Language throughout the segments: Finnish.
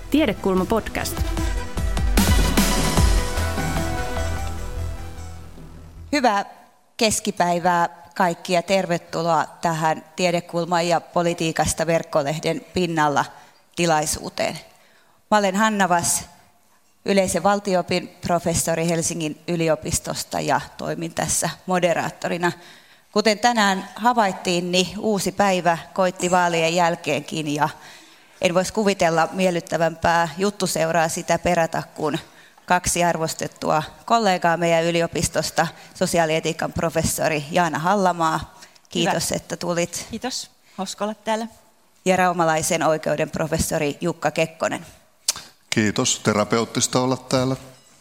Tiedekulma podcast. Hyvää keskipäivää kaikki ja tervetuloa tähän Tiedekulman ja politiikasta verkkolehden pinnalla tilaisuuteen. Mä olen Hanna Vass, yleisen valtio-opin professori Helsingin yliopistosta ja toimin tässä moderaattorina. Kuten tänään havaittiin, niin uusi päivä koitti vaalien jälkeenkin ja en voisi kuvitella miellyttävämpää juttuseuraa sitä perätä kuin kaksi arvostettua kollegaa meidän yliopistosta, sosiaalietiikan professori Jaana Hallamaa. Kiitos, hyvä, että tulit. Kiitos, hauska olla täällä. Ja raumalaisen oikeuden professori Jukka Kekkonen. Kiitos, terapeuttista olla täällä.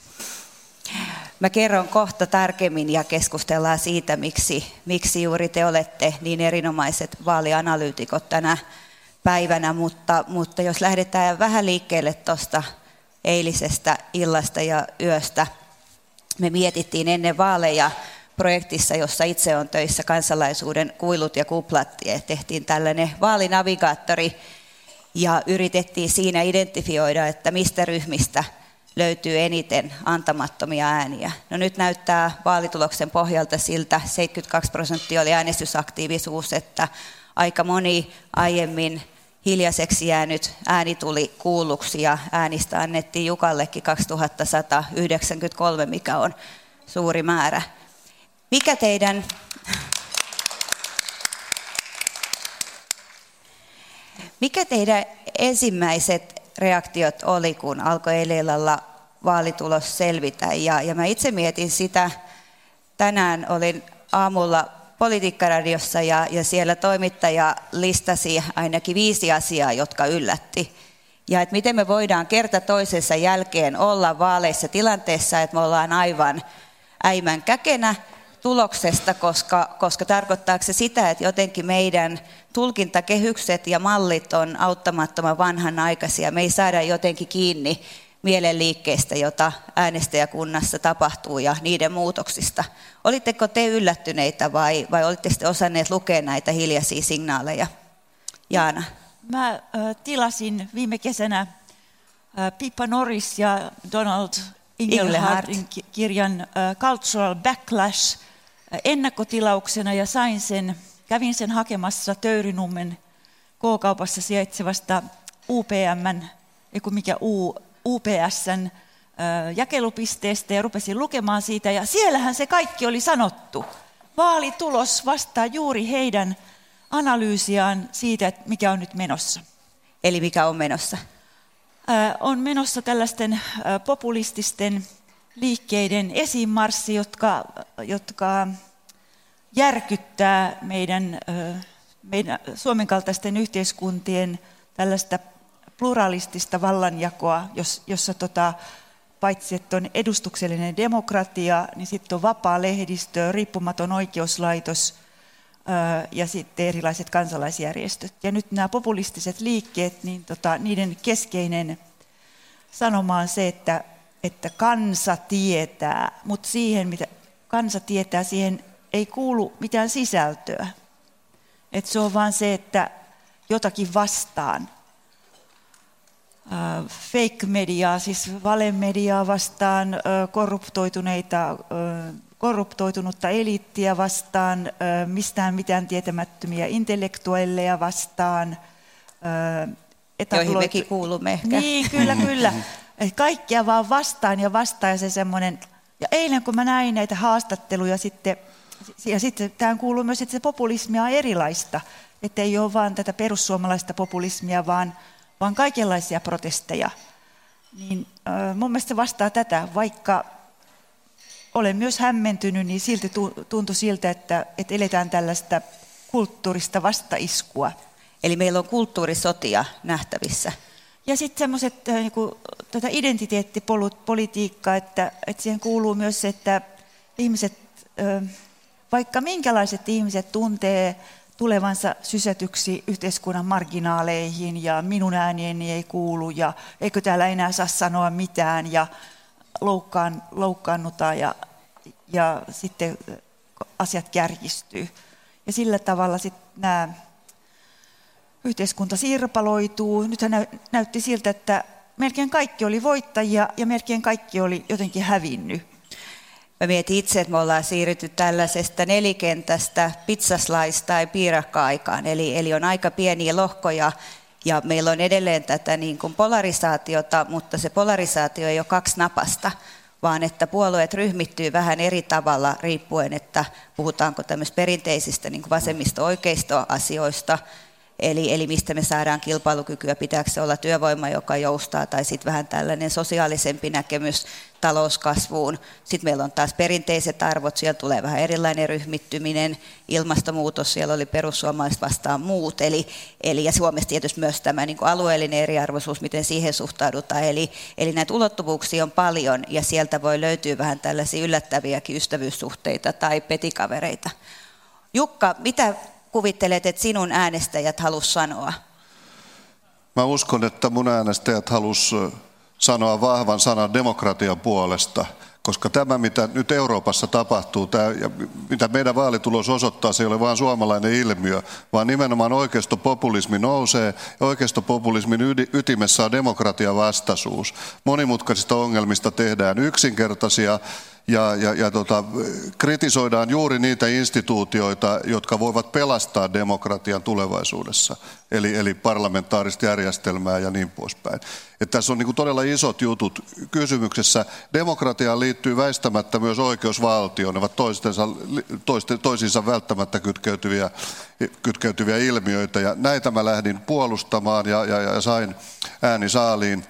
Mä kerron kohta tarkemmin ja keskustellaan siitä, miksi juuri te olette niin erinomaiset vaalianalyytikot tänä päivänä, mutta jos lähdetään vähän liikkeelle tuosta eilisestä illasta ja yöstä. Me mietittiin ennen vaaleja projektissa, jossa itse on töissä kansalaisuuden kuilut ja kuplat. Tehtiin tällainen vaalinavigaattori ja yritettiin siinä identifioida, että mistä ryhmistä löytyy eniten antamattomia ääniä. No nyt näyttää vaalituloksen pohjalta siltä, 72% oli äänestysaktiivisuus, että aika moni aiemmin hiljaiseksi jäänyt ääni tuli kuulluksi ja äänistä annettiin Jukallekin 2193, mikä on suuri määrä. Mikä teidän ensimmäiset reaktiot oli, kun alkoi eilen illalla vaalitulos selvitä? Ja mä itse mietin sitä, tänään olin aamulla Politiikkaradiossa ja siellä toimittaja listasi ainakin 5 asiaa, jotka yllätti. Ja että miten me voidaan kerta toisensa jälkeen olla vaaleissa tilanteessa, että me ollaan aivan äimän käkenä tuloksesta, koska tarkoittaako se sitä, että jotenkin meidän tulkintakehykset ja mallit on auttamattoman vanhanaikaisia. Me ei saada jotenkin kiinni mielenliikkeestä, jota äänestäjäkunnassa tapahtuu ja niiden muutoksista. Olitteko te yllättyneitä vai olitte sitten osanneet lukea näitä hiljaisia signaaleja? Jaana. Mä tilasin viime kesänä Pippa Norris ja Donald Engelhardtin kirjan Cultural Backlash ennakkotilauksena ja kävin sen hakemassa Töyrynummen K-kaupassa sijaitsevasta UPS:n jakelupisteestä ja rupesin lukemaan siitä ja siellähän se kaikki oli sanottu. Vaalitulos vastaa juuri heidän analyysiaan siitä, että mikä on nyt menossa. Eli mikä on menossa? On menossa tällaisten populististen liikkeiden esiinmarssi, jotka järkyttää meidän Suomen kaltaisten yhteiskuntien tällaista pluralistista vallanjakoa, jossa paitsi että on edustuksellinen demokratia, niin sitten on vapaa lehdistö, riippumaton oikeuslaitos ja sitten erilaiset kansalaisjärjestöt. Ja nyt nämä populistiset liikkeet, niin niiden keskeinen sanoma on se, että kansa tietää, mutta siihen, mitä kansa tietää, siihen ei kuulu mitään sisältöä. Että se on vaan se, että jotakin vastaan. Fake-mediaa, siis valemediaa vastaan, korruptoitunutta eliittiä vastaan, mistään mitään tietämättömiä intellektuelleja vastaan. Joihin mekin kuulumme ehkä. Niin, kyllä. Kaikkia vaan vastaan ja se semmoinen. Ja eilen kun mä näin näitä haastatteluja sitten tähän kuuluu myös, että se populismia on erilaista. Että ei ole vaan tätä perussuomalaista populismia, vaan kaikenlaisia protesteja, niin mun mielestä se vastaa tätä, vaikka olen myös hämmentynyt, niin silti tuntui siltä, että eletään tällaista kulttuurista vastaiskua. Eli meillä on kulttuurisotia nähtävissä. Ja sitten semmoiset tätä identiteettipolitiikkaa, että siihen kuuluu myös se, että ihmiset, vaikka minkälaiset ihmiset tuntee tulevansa sysätyksi yhteiskunnan marginaaleihin ja minun äänieni ei kuulu ja eikö täällä enää saa sanoa mitään ja loukkaannutaan ja sitten asiat kärjistyy. Ja sillä tavalla sitten nämä yhteiskunta sirpaloituu. Nythän näytti siltä, että melkein kaikki oli voittajia ja melkein kaikki oli jotenkin hävinnyt. Mä mietin itse, että me ollaan siirrytty tällaisesta nelikentästä pizzaslice- tai piirakka-aikaan, eli on aika pieniä lohkoja ja meillä on edelleen tätä niin kuin polarisaatiota, mutta se polarisaatio ei ole kaksnapasta, vaan että puolueet ryhmittyy vähän eri tavalla riippuen, että puhutaanko tämmöistä perinteisistä niin kuin vasemmisto-oikeisto-asioista, eli mistä me saadaan kilpailukykyä, pitääkö se olla työvoima, joka joustaa, tai sitten vähän tällainen sosiaalisempi näkemys talouskasvuun. Sitten meillä on taas perinteiset arvot, siellä tulee vähän erilainen ryhmittyminen, ilmastonmuutos, siellä oli perussuomalaiset vastaan muut, ja Suomessa tietysti myös tämä niin kuin alueellinen eriarvoisuus, miten siihen suhtaudutaan, eli näitä ulottuvuuksia on paljon, ja sieltä voi löytyä vähän tällaisia yllättäviäkin ystävyyssuhteita tai petikavereita. Jukka, mitä kuvittelet, että sinun äänestäjät halus sanoa? Mä uskon, että mun äänestäjät halus sanoa vahvan sanan demokratian puolesta, koska tämä, mitä nyt Euroopassa tapahtuu, ja mitä meidän vaalitulos osoittaa, se ei ole vain suomalainen ilmiö, vaan nimenomaan oikeistopopulismi nousee, ja oikeistopopulismin ytimessä on demokratian vastaisuus. Monimutkaisista ongelmista tehdään yksinkertaisia, ja kritisoidaan juuri niitä instituutioita, jotka voivat pelastaa demokratian tulevaisuudessa, eli parlamentaarista järjestelmää ja niin poispäin. Että tässä on niin kuin todella isot jutut kysymyksessä. Demokratiaan liittyy väistämättä myös oikeusvaltio. Ne ovat toisiinsa välttämättä kytkeytyviä ilmiöitä, ja näitä mä lähdin puolustamaan ja sain äänisaaliin,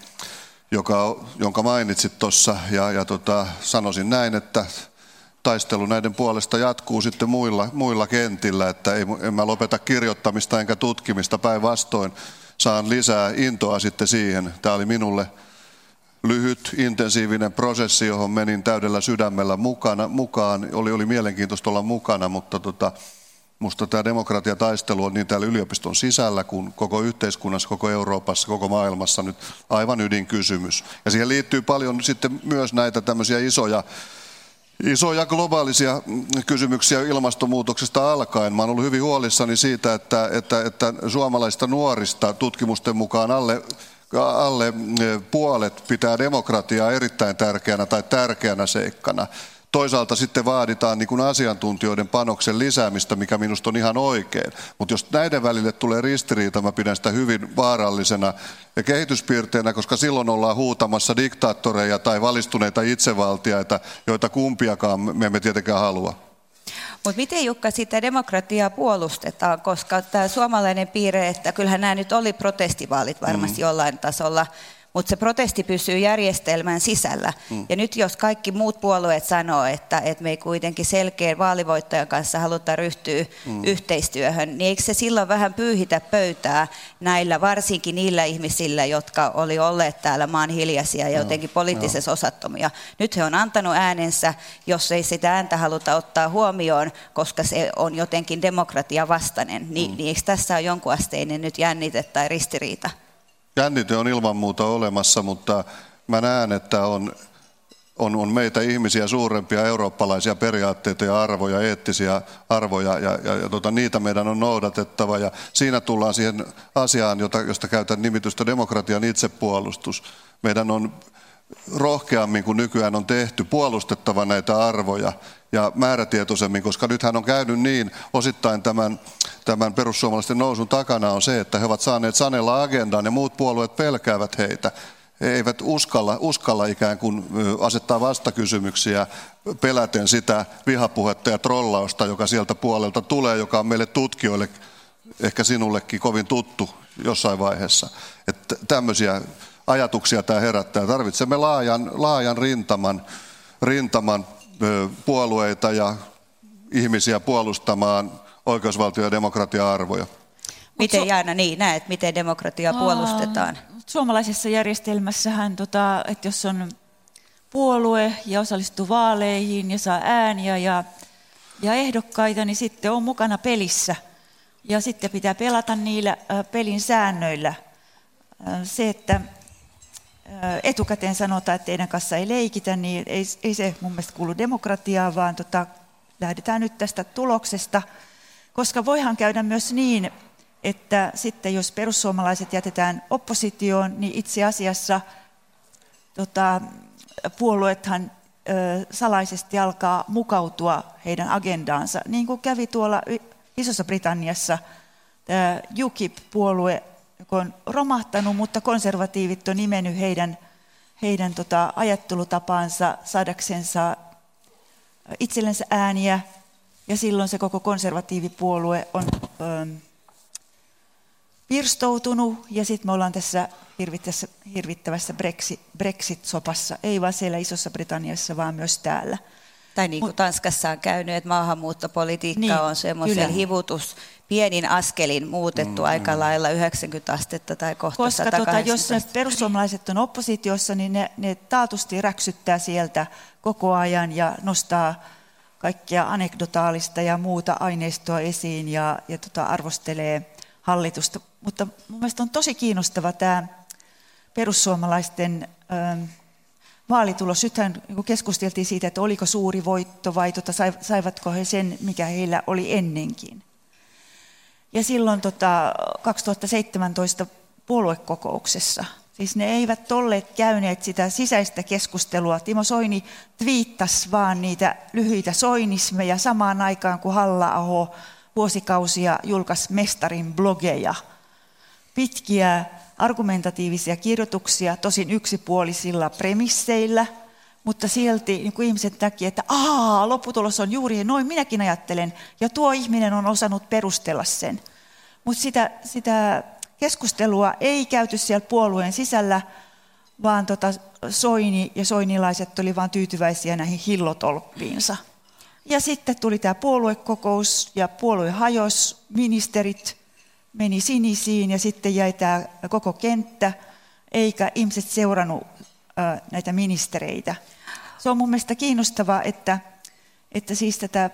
jonka mainitsit tuossa, ja sanoisin näin, että taistelu näiden puolesta jatkuu sitten muilla kentillä, että en mä lopeta kirjoittamista enkä tutkimista, päinvastoin saan lisää intoa sitten siihen. Tämä oli minulle lyhyt, intensiivinen prosessi, johon menin täydellä sydämellä mukaan. Oli mielenkiintoista olla mukana, mutta musta tämä demokratiataistelu on niin täällä yliopiston sisällä kuin koko yhteiskunnassa, koko Euroopassa, koko maailmassa nyt aivan ydinkysymys. Ja siihen liittyy paljon sitten myös näitä tämmöisiä isoja globaalisia kysymyksiä ilmastonmuutoksesta alkaen. Mä oon ollut hyvin huolissani siitä, että suomalaisista nuorista tutkimusten mukaan alle puolet pitää demokratiaa erittäin tärkeänä tai tärkeänä seikkana. Toisaalta sitten vaaditaan niin kuin asiantuntijoiden panoksen lisäämistä, mikä minusta on ihan oikein. Mutta jos näiden välille tulee ristiriita, mä pidän sitä hyvin vaarallisena ja kehityspiirteenä, koska silloin ollaan huutamassa diktaattoreja tai valistuneita itsevaltiaita, joita kumpiakaan me emme tietenkään halua. Mutta miten, Jukka, sitä demokratiaa puolustetaan, koska tämä suomalainen piirre, että kyllähän nämä nyt oli protestivaalit varmasti jollain tasolla, mutta se protesti pysyy järjestelmän sisällä. Ja nyt jos kaikki muut puolueet sanoo, että me ei kuitenkin selkeän vaalivoittajan kanssa haluta ryhtyä yhteistyöhön, niin eikö se silloin vähän pyyhitä pöytää näillä, varsinkin niillä ihmisillä, jotka oli olleet täällä maan hiljaisia ja jotenkin poliittisessa osattomia. Nyt he on antanut äänensä, jos ei sitä ääntä haluta ottaa huomioon, koska se on jotenkin demokratia vastainen, niin eikö tässä ole jonkunasteinen nyt jännite tai ristiriita? Jännite on ilman muuta olemassa, mutta mä näen, että on meitä ihmisiä suurempia eurooppalaisia periaatteita ja arvoja, eettisiä arvoja, ja niitä meidän on noudatettava. Ja siinä tullaan siihen asiaan, josta käytän nimitystä demokratian itsepuolustus. Meidän on rohkeammin kuin nykyään on tehty puolustettava näitä arvoja ja määrätietoisemmin, koska nythän on käynyt niin osittain tämän perussuomalaisten nousun takana on se, että he ovat saaneet sanella agendan ja muut puolueet pelkäävät heitä. He eivät uskalla ikään kuin asettaa vastakysymyksiä peläten sitä vihapuhetta ja trollausta, joka sieltä puolelta tulee, joka on meille tutkijoille, ehkä sinullekin kovin tuttu jossain vaiheessa. Että tämmöisiä ajatuksia tämä herättää. Tarvitsemme laajan rintaman puolueita ja ihmisiä puolustamaan oikeusvaltio- ja demokratia-arvoja. Miten Jaana näet, miten demokratiaa puolustetaan? Suomalaisessa järjestelmässähän, että jos on puolue ja osallistuu vaaleihin ja saa ääniä ja ehdokkaita, niin sitten on mukana pelissä. Ja sitten pitää pelata niillä pelin säännöillä. Se, että etukäteen sanotaan, että teidän kanssa ei leikitä, niin ei se mun mielestä kuulu demokratiaan, vaan lähdetään nyt tästä tuloksesta. Koska voihan käydä myös niin, että sitten jos perussuomalaiset jätetään oppositioon, niin itse asiassa puolueethan salaisesti alkaa mukautua heidän agendaansa. Niin kuin kävi tuolla Isossa Britanniassa, tämä UKIP-puolue, joka on romahtanut, mutta konservatiivit on nimennyt heidän ajattelutapaansa saadaksensa itsellensä ääniä, ja silloin se koko konservatiivipuolue on pirstoutunut, ja sitten me ollaan tässä hirvittävässä Brexit-sopassa, ei vain siellä Isossa Britanniassa, vaan myös täällä. Tai niin kuin Tanskassa on käynyt, että maahanmuuttopolitiikka on semmoisen hivutus pienin askelin muutettu aika lailla 90 astetta tai kohta 180. Koska jos perussuomalaiset on oppositiossa, niin ne taatusti räksyttää sieltä koko ajan ja nostaa kaikkia anekdotaalista ja muuta aineistoa esiin ja arvostelee hallitusta. Mutta mun mielestä on tosi kiinnostava tämä perussuomalaisten vaalitulos. Nythän keskusteltiin siitä, että oliko suuri voitto vai saivatko he sen, mikä heillä oli ennenkin. Ja silloin 2017 puoluekokouksessa, siis ne eivät olleet käyneet sitä sisäistä keskustelua. Timo Soini twiittasi vaan niitä lyhyitä soinismeja samaan aikaan, kun Halla-aho vuosikausia julkaisi Mestarin blogeja. Pitkiä argumentatiivisia kirjoituksia, tosin yksipuolisilla premisseillä, mutta silti niin kuin ihmiset näki, että lopputulos on juuri noin, minäkin ajattelen, ja tuo ihminen on osannut perustella sen. Mutta sitä keskustelua ei käyty siellä puolueen sisällä, vaan Soini ja soinilaiset oli vaan tyytyväisiä näihin hillotolppiinsa. Ja sitten tuli tämä puoluekokous, ja puolue hajosi, ministerit meni sinisiin, ja sitten jäi tämä koko kenttä, eikä ihmiset seurannut näitä ministereitä. Se on mun mielestä kiinnostavaa, että siis tätä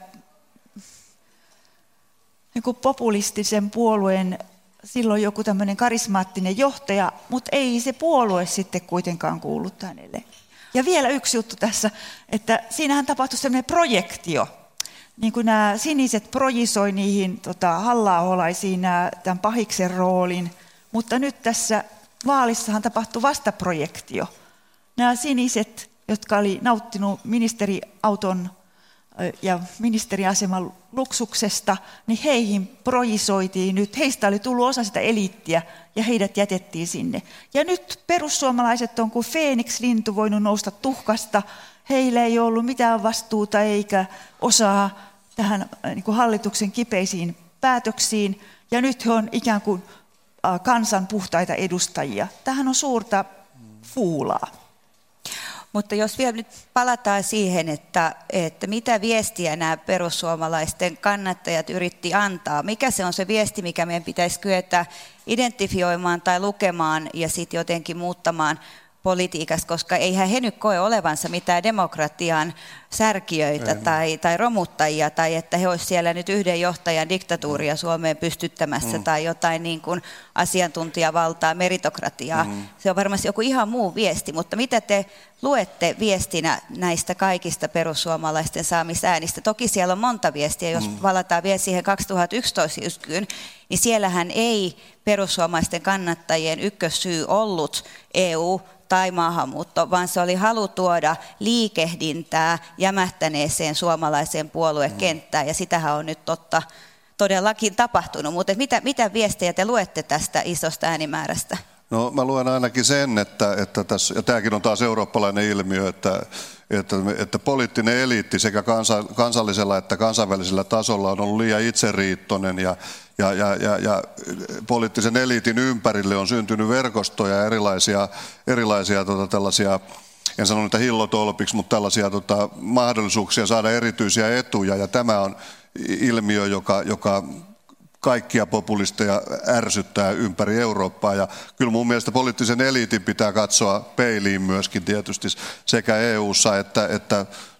niin kuin populistisen puolueen silloin joku tämmöinen karismaattinen johtaja, mutta ei se puolue sitten kuitenkaan kuullut hänelle. Ja vielä yksi juttu tässä, että siinähän tapahtui semmoinen projektio. Niin kuin nämä siniset projisoi niihin Halla-aholaisiin tämän pahiksen roolin, mutta nyt tässä vaalissahan tapahtui vastaprojektio. Nämä siniset, jotka oli nauttinut ministeriauton ja ministeriaseman luksuksesta, niin heihin projisoitiin nyt. Heistä oli tullut osa sitä eliittiä ja heidät jätettiin sinne. Ja nyt perussuomalaiset on kuin Feeniks-lintu voinut nousta tuhkasta. Heillä ei ollut mitään vastuuta eikä osaa tähän niin kuin hallituksen kipeisiin päätöksiin. Ja nyt he on ikään kuin kansan puhtaita edustajia. Tämähän on suurta fuulaa. Mutta jos vielä nyt palataan siihen, että mitä viestiä nämä perussuomalaisten kannattajat yritti antaa, mikä se on se viesti, mikä meidän pitäisi kyetä identifioimaan tai lukemaan ja sitten jotenkin muuttamaan politiikassa, koska eihän he nyt koe olevansa mitään demokratian särkiöitä tai romuttajia, tai että he olisivat siellä nyt yhden johtajan diktatuuria Suomeen pystyttämässä tai jotain niin kuin asiantuntijavaltaa, meritokratiaa. Se on varmasti joku ihan muu viesti, mutta mitä te luette viestinä näistä kaikista perussuomalaisten saamista äänistä? Toki siellä on monta viestiä, jos valataan vielä siihen 2011 jyskyyn, niin siellähän ei perussuomalaisten kannattajien ykkössyy ollut EU tai maahanmuutto, vaan se oli halu tuoda liikehdintää jämähtäneeseen suomalaiseen puoluekenttään, ja sitähän on nyt todellakin tapahtunut. Mutta mitä viestejä te luette tästä isosta äänimäärästä? No mä luen ainakin sen, että tässä, ja tämäkin on taas eurooppalainen ilmiö, että poliittinen eliitti sekä kansallisella että kansainvälisellä tasolla on ollut liian itseriittoinen ja poliittisen eliitin ympärille on syntynyt verkostoja ja erilaisia tällaisia, en sano niitä hillotolpiksi, mutta tällaisia mahdollisuuksia saada erityisiä etuja, ja tämä on ilmiö, joka kaikkia populisteja ärsyttää ympäri Eurooppaa, ja kyllä mun mielestä poliittisen eliitin pitää katsoa peiliin myöskin tietysti sekä EU:ssa että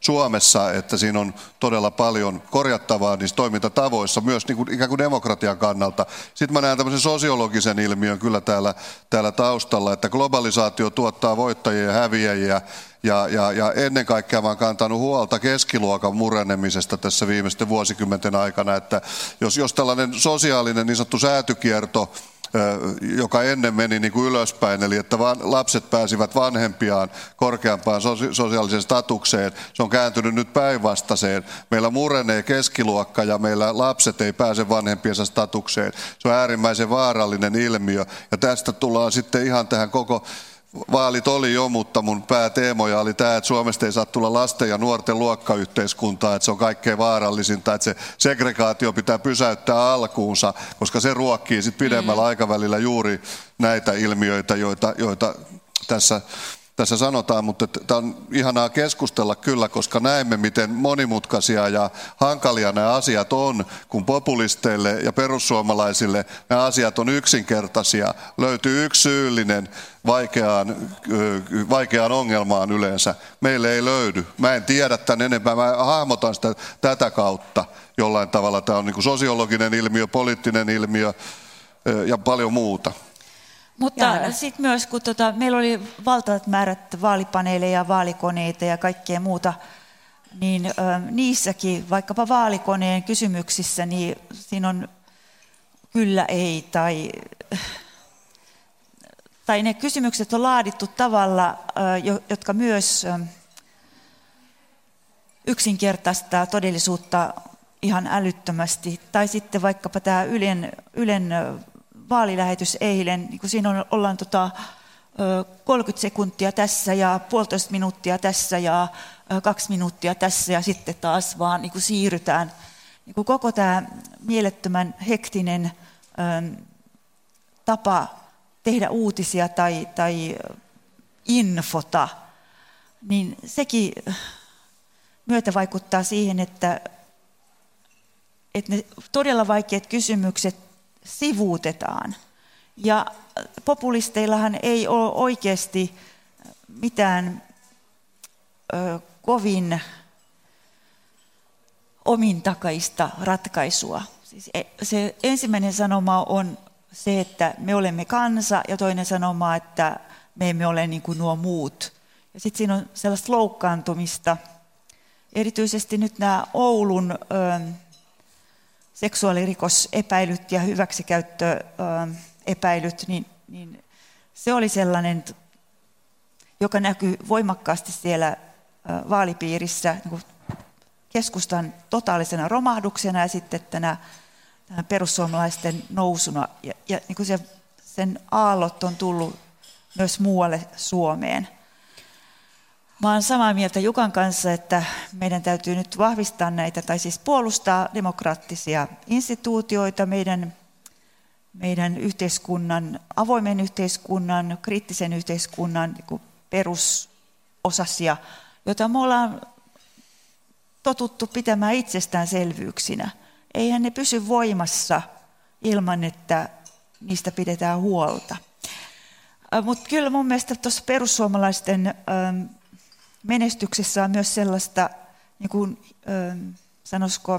Suomessa, että siinä on todella paljon korjattavaa niissä toimintatavoissa, myös niin kuin ikään kuin demokratian kannalta. Sitten mä näen tämmöisen sosiologisen ilmiön kyllä täällä taustalla, että globalisaatio tuottaa voittajia ja häviäjiä, ja ennen kaikkea mä oon kantanut huolta keskiluokan murenemisesta tässä viimeisten vuosikymmenten aikana, että jos tällainen sosiaalinen niin sanottu säätykierto, joka ennen meni niin kuin ylöspäin, eli että lapset pääsivät vanhempiaan korkeampaan sosiaaliseen statukseen, se on kääntynyt nyt päinvastaiseen. Meillä murenee keskiluokka ja meillä lapset ei pääse vanhempiensa statukseen. Se on äärimmäisen vaarallinen ilmiö, ja tästä tullaan sitten ihan tähän koko... Vaalit oli jo, mutta mun pääteemoja oli tämä, että Suomesta ei saa tulla lasten ja nuorten luokkayhteiskuntaa, että se on kaikkein vaarallisinta, että se segregaatio pitää pysäyttää alkuunsa, koska se ruokkii sitten pidemmällä aikavälillä juuri näitä ilmiöitä, joita tässä sanotaan, mutta tämä on ihanaa keskustella kyllä, koska näemme, miten monimutkaisia ja hankalia nämä asiat on, kun populisteille ja perussuomalaisille nämä asiat on yksinkertaisia. Löytyy yksi syyllinen vaikeaan ongelmaan yleensä. Meille ei löydy. Mä en tiedä tämän enempää. Mä hahmotan sitä tätä kautta jollain tavalla. Tämä on niin kuin sosiologinen ilmiö, poliittinen ilmiö ja paljon muuta. Mutta sitten myös, kun meillä oli valtavat määrät vaalipaneeleja, vaalikoneita ja kaikkea muuta, niin niissäkin, vaikkapa vaalikoneen kysymyksissä, niin siinä on kyllä, ei tai ne kysymykset on laadittu tavalla, jotka myös yksinkertaistaa todellisuutta ihan älyttömästi. Tai sitten vaikkapa tämä Ylen vaalilähetys eilen, niin siinä ollaan 30 sekuntia tässä ja 1,5 minuuttia tässä ja 2 minuuttia tässä ja sitten taas vaan niin siirrytään. Niin koko tämä mielettömän hektinen tapa tehdä uutisia tai infota, niin sekin myötä vaikuttaa siihen, että ne todella vaikeat kysymykset sivuutetaan. Ja populisteillahan ei ole oikeasti mitään kovin omintakaista ratkaisua. Siis se ensimmäinen sanoma on se, että me olemme kansa, ja toinen sanoma, että me emme ole niin kuin nuo muut. Ja sitten siinä on sellaista loukkaantumista. Erityisesti nyt nämä Oulun seksuaalirikosepäilyt ja hyväksikäyttöepäilyt, niin se oli sellainen, joka näkyy voimakkaasti siellä vaalipiirissä niin kuin keskustan totaalisena romahduksena ja sitten tänä perussuomalaisten nousuna. Ja niin kuin sen aallot on tullut myös muualle Suomeen. Mä olen samaa mieltä Jukan kanssa, että meidän täytyy nyt vahvistaa näitä, tai siis puolustaa demokraattisia instituutioita, meidän yhteiskunnan, avoimen yhteiskunnan, kriittisen yhteiskunnan niin perusosasia, joita me ollaan totuttu pitämään itsestäänselvyyksinä. Eihän ne pysy voimassa ilman, että niistä pidetään huolta. Mutta kyllä mun mielestä tuossa perussuomalaisten menestyksessä on myös sellaista, niin kuin, sanoisiko,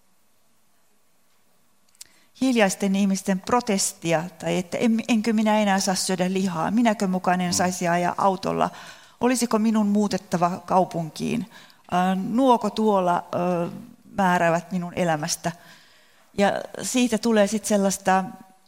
hiljaisten ihmisten protestia, tai että enkö minä enää saa syödä lihaa, minäkö mukaan en saisi ajaa autolla, olisiko minun muutettava kaupunkiin, nuoko tuolla määräävät minun elämästä. Ja siitä tulee sitten sellaista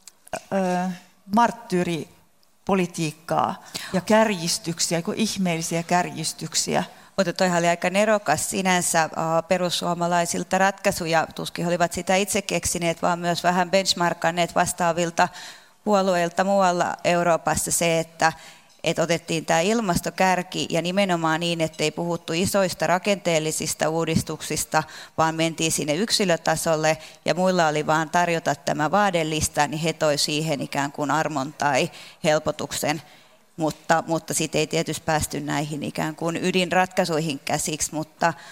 marttyyripolitiikkaa ja kärjistyksiä, ihmeellisiä kärjistyksiä. Mutta toihan oli aika nerokas sinänsä perussuomalaisilta ratkaisuja, tuskin he olivat sitä itse keksineet, vaan myös vähän benchmarkanneet vastaavilta puolueilta muualla Euroopassa se, että otettiin tämä ilmastokärki ja nimenomaan niin, ettei puhuttu isoista rakenteellisista uudistuksista, vaan mentiin sinne yksilötasolle ja muilla oli vaan tarjota tämä vaadelista, niin he toi siihen ikään kuin armon tai helpotuksen. Mutta sitten ei tietysti päästy näihin ikään kuin ydinratkaisuihin käsiksi, mutta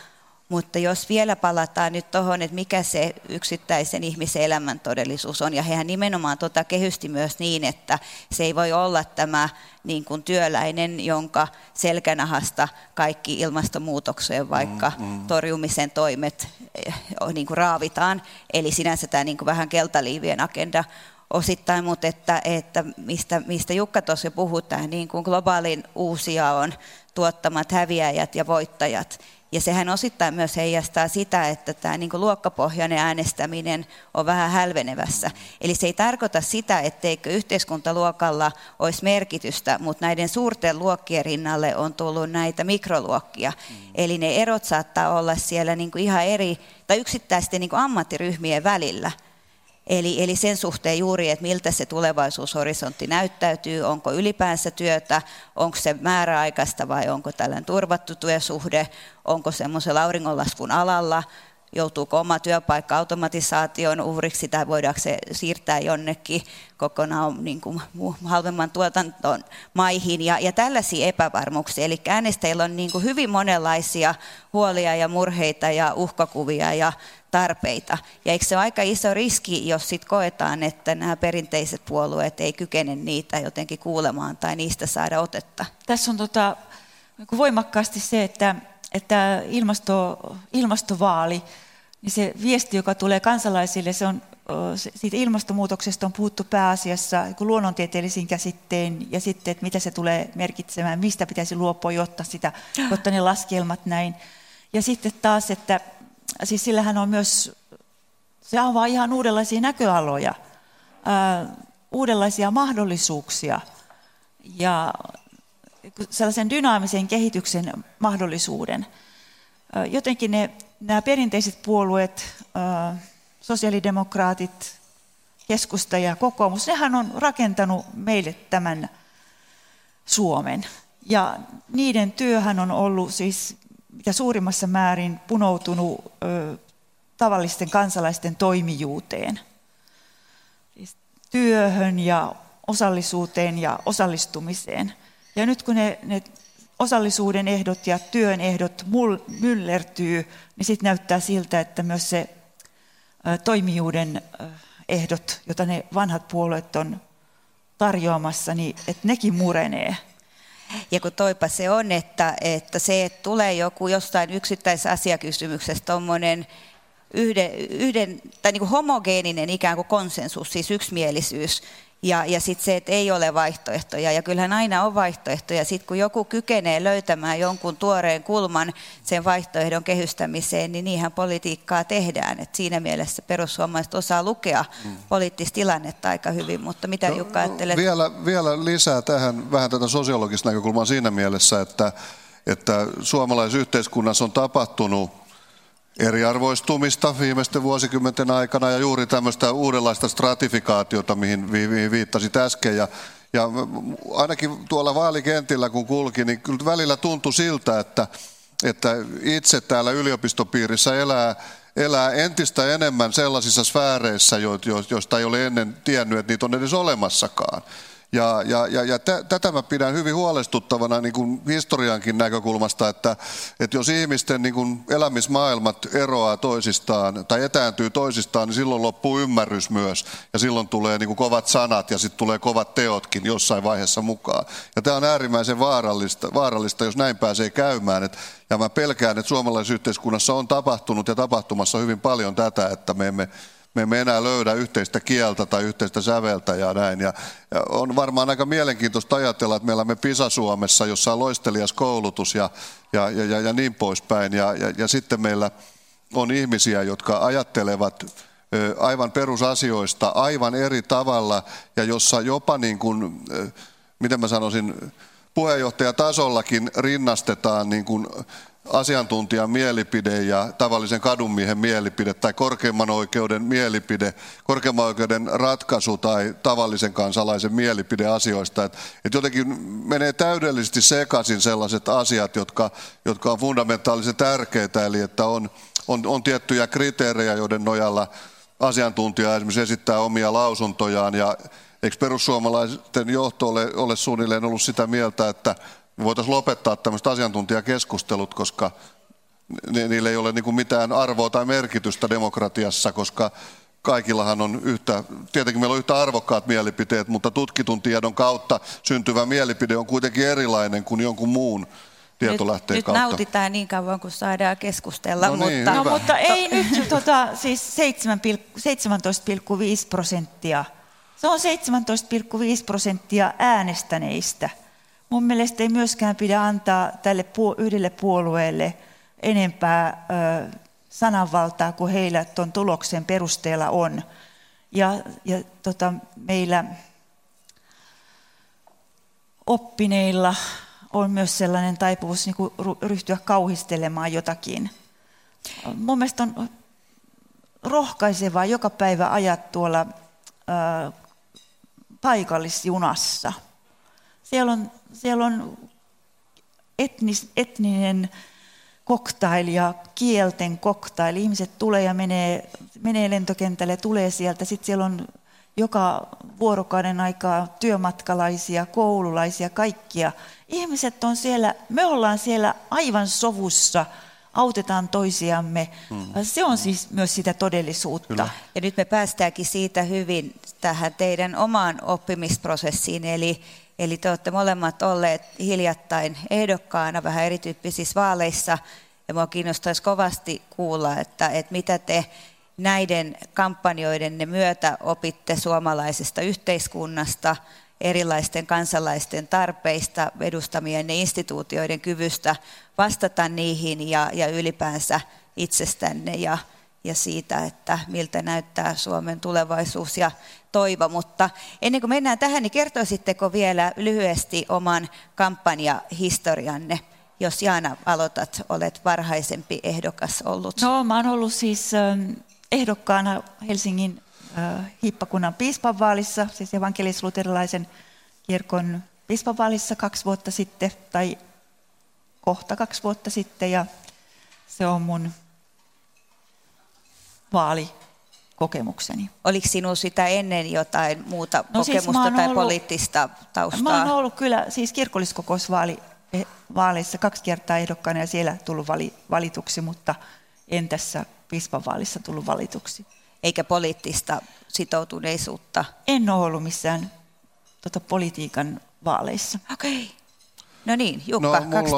Mutta jos vielä palataan nyt tuohon, että mikä se yksittäisen ihmisen elämän todellisuus on, ja hehän nimenomaan kehysti myös niin, että se ei voi olla tämä niin kuin työläinen, jonka selkänahasta kaikki ilmastonmuutokseen vaikka torjumisen toimet niin kuin raavitaan. Eli sinänsä tämä niin kuin vähän keltaliivien agenda osittain, mutta että mistä Jukka tuossa puhui, tämä niin kuin globaalin uusijaon tuottamat häviäjät ja voittajat. Ja sehän osittain myös heijastaa sitä, että tämä niin kuin luokkapohjainen äänestäminen on vähän hälvenevässä. Eli se ei tarkoita sitä, etteikö yhteiskuntaluokalla olisi merkitystä, mutta näiden suurten luokkien rinnalle on tullut näitä mikroluokkia. Eli ne erot saattaa olla siellä niin kuin ihan eri, tai yksittäisten niin kuin ammattiryhmien välillä. Eli sen suhteen juuri, että miltä se tulevaisuushorisontti näyttäytyy, onko ylipäänsä työtä, onko se määräaikaista vai onko tällainen turvattu työsuhde, onko semmoisella auringonlaskun alalla, joutuuko oma työpaikka automatisaation uhriksi tai voidaanko se siirtää jonnekin kokonaan niin kuin halvemman tuotanton maihin ja tällaisia epävarmuuksia. Eli äänestäjillä on niin kuin hyvin monenlaisia huolia ja murheita ja uhkakuvia ja tarpeita. Ja eikö se ole aika iso riski, jos sitten koetaan, että nämä perinteiset puolueet ei kykene niitä jotenkin kuulemaan tai niistä saada otetta? Tässä on voimakkaasti se, että ilmastovaali, niin se viesti, joka tulee kansalaisille, se on, siitä ilmastonmuutoksesta on puhuttu pääasiassa luonnontieteellisiin käsittein ja sitten, että mitä se tulee merkitsemään, mistä pitäisi luopua, jotta ne laskelmat näin. Ja sitten taas, että siis sillähän on myös, se avaa ihan uudenlaisia näköaloja, uudenlaisia mahdollisuuksia ja sellaisen dynaamisen kehityksen mahdollisuuden. Jotenkin nämä perinteiset puolueet, sosiaalidemokraatit, keskusta ja kokoomus, nehän on rakentanut meille tämän Suomen. Ja niiden työhän on ollut siis mitä suurimmassa määrin punoutunut tavallisten kansalaisten toimijuuteen. Siis työhön ja osallisuuteen ja osallistumiseen. Ja nyt kun ne osallisuuden ehdot ja työn ehdot myllertyy, niin sitten näyttää siltä, että myös se toimijuuden ehdot, joita ne vanhat puolueet on tarjoamassa, niin että nekin murenee. Ja kun toipa se on, että se, että tulee joku jostain yksittäisessä asiakysymyksestä tuommoinen yhden tai niin kuin homogeeninen ikään kuin konsensus, siis yksimielisyys, ja sitten se, että ei ole vaihtoehtoja. Ja kyllähän aina on vaihtoehtoja. Sitten kun joku kykenee löytämään jonkun tuoreen kulman sen vaihtoehdon kehystämiseen, niin niinhän politiikkaa tehdään. Et siinä mielessä perussuomalaiset osaa lukea poliittista tilannetta aika hyvin. Mutta mitä Jukka ajattelet? Vielä lisää tähän vähän tätä sosiologista näkökulmaa siinä mielessä, että suomalaisessa yhteiskunnassa on tapahtunut eriarvoistumista viimeisten vuosikymmenten aikana ja juuri tämmöistä uudenlaista stratifikaatiota, mihin viittasit äsken. Ja ainakin tuolla vaalikentillä kun kulki, niin kyllä välillä tuntui siltä, että itse täällä yliopistopiirissä elää entistä enemmän sellaisissa sfääreissä, joista ei ole ennen tiennyt, että niitä on edes olemassakaan. Ja tätä mä pidän hyvin huolestuttavana niin kuin historiankin näkökulmasta, että jos ihmisten niin kuin elämismaailmat eroaa toisistaan tai etääntyy toisistaan, niin silloin loppuu ymmärrys myös. Ja silloin tulee niin kuin kovat sanat ja sitten tulee kovat teotkin jossain vaiheessa mukaan. Ja tämä on äärimmäisen vaarallista, jos näin pääsee käymään. Ja mä pelkään, että suomalaisessa yhteiskunnassa on tapahtunut ja tapahtumassa hyvin paljon tätä, että me emme enää löydä yhteistä kieltä tai yhteistä säveltä ja näin. Ja on varmaan aika mielenkiintoista ajatella, että meillä on PISA-Suomessa, jossa on loistelias koulutus ja niin poispäin. Ja sitten meillä on ihmisiä, jotka ajattelevat aivan perusasioista aivan eri tavalla ja jossa jopa niin kuin, miten mä sanoisin, puheenjohtajatasollakin rinnastetaan niin kuin asiantuntijan mielipide ja tavallisen kadunmiehen mielipide tai korkeimman oikeuden mielipide, korkeimman oikeuden ratkaisu tai tavallisen kansalaisen mielipide asioista. Että jotenkin menee täydellisesti sekaisin sellaiset asiat, jotka on fundamentaalisen tärkeitä, eli että on tiettyjä kriteerejä, joiden nojalla asiantuntija esimerkiksi esittää omia lausuntojaan. Ja eikö perussuomalaisten johto ole suunnilleen ollut sitä mieltä, että me voitaisiin lopettaa tämmöiset asiantuntijakeskustelut, koska niillä ei ole niin kuin mitään arvoa tai merkitystä demokratiassa, koska kaikillahan on tietenkin meillä on yhtä arvokkaat mielipiteet, mutta tutkitun tiedon kautta syntyvä mielipide on kuitenkin erilainen kuin jonkun muun tietolähteen kautta. Nyt nautitaan niin kauan, kun saadaan keskustella. No niin, mutta ei nyt, siis 17,5%. Se on 17,5% äänestäneistä. Mun mielestä ei myöskään pidä antaa tälle yhdelle puolueelle enempää sananvaltaa kuin heillä tuon tuloksen perusteella on. Ja meillä oppineilla on myös sellainen taipumus niin kuin ryhtyä kauhistelemaan jotakin. Mun mielestä on rohkaisevaa joka päivä ajaa tuolla paikallisjunassa. Siellä on etninen cocktail ja kielten cocktail. Ihmiset tulee ja menee lentokentälle, tulee sieltä. Sitten siellä on joka vuorokauden aikaa työmatkalaisia, koululaisia, kaikkia. Ihmiset on siellä, me ollaan siellä aivan sovussa, autetaan toisiamme. Se on siis myös sitä todellisuutta. Kyllä. Ja nyt me päästäänkin siitä hyvin tähän teidän omaan oppimisprosessiin, eli te olette molemmat olleet hiljattain ehdokkaana vähän erityyppisissä vaaleissa, ja minua kiinnostaisi kovasti kuulla, että mitä te näiden kampanjoiden myötä opitte suomalaisesta yhteiskunnasta, erilaisten kansalaisten tarpeista, edustamien instituutioiden kyvystä vastata niihin ja ylipäänsä itsestänne ja siitä, että miltä näyttää Suomen tulevaisuus ja toivo. Mutta ennen kuin mennään tähän, niin kertoisitteko vielä lyhyesti oman kampanjahistorianne? Jos Jaana aloitat, olet varhaisempi ehdokas ollut. No, mä oon ollut siis ehdokkaana Helsingin hiippakunnan piispanvaalissa, siis evankelis-luterilaisen kirkon piispanvaalissa 2 vuotta sitten, tai kohta 2 vuotta sitten, ja se on mun vaalikokemukseni. Oliko sinulla sitä ennen jotain muuta kokemusta tai poliittista taustaa? Mä oon ollut kyllä siis kirkolliskokousvaaleissa 2 kertaa ehdokkaana ja siellä tullut valituksi, mutta en tässä piispanvaalissa tullut valituksi. Eikä poliittista sitoutuneisuutta? En ole ollut missään politiikan vaaleissa. Okei. No niin, Jukka,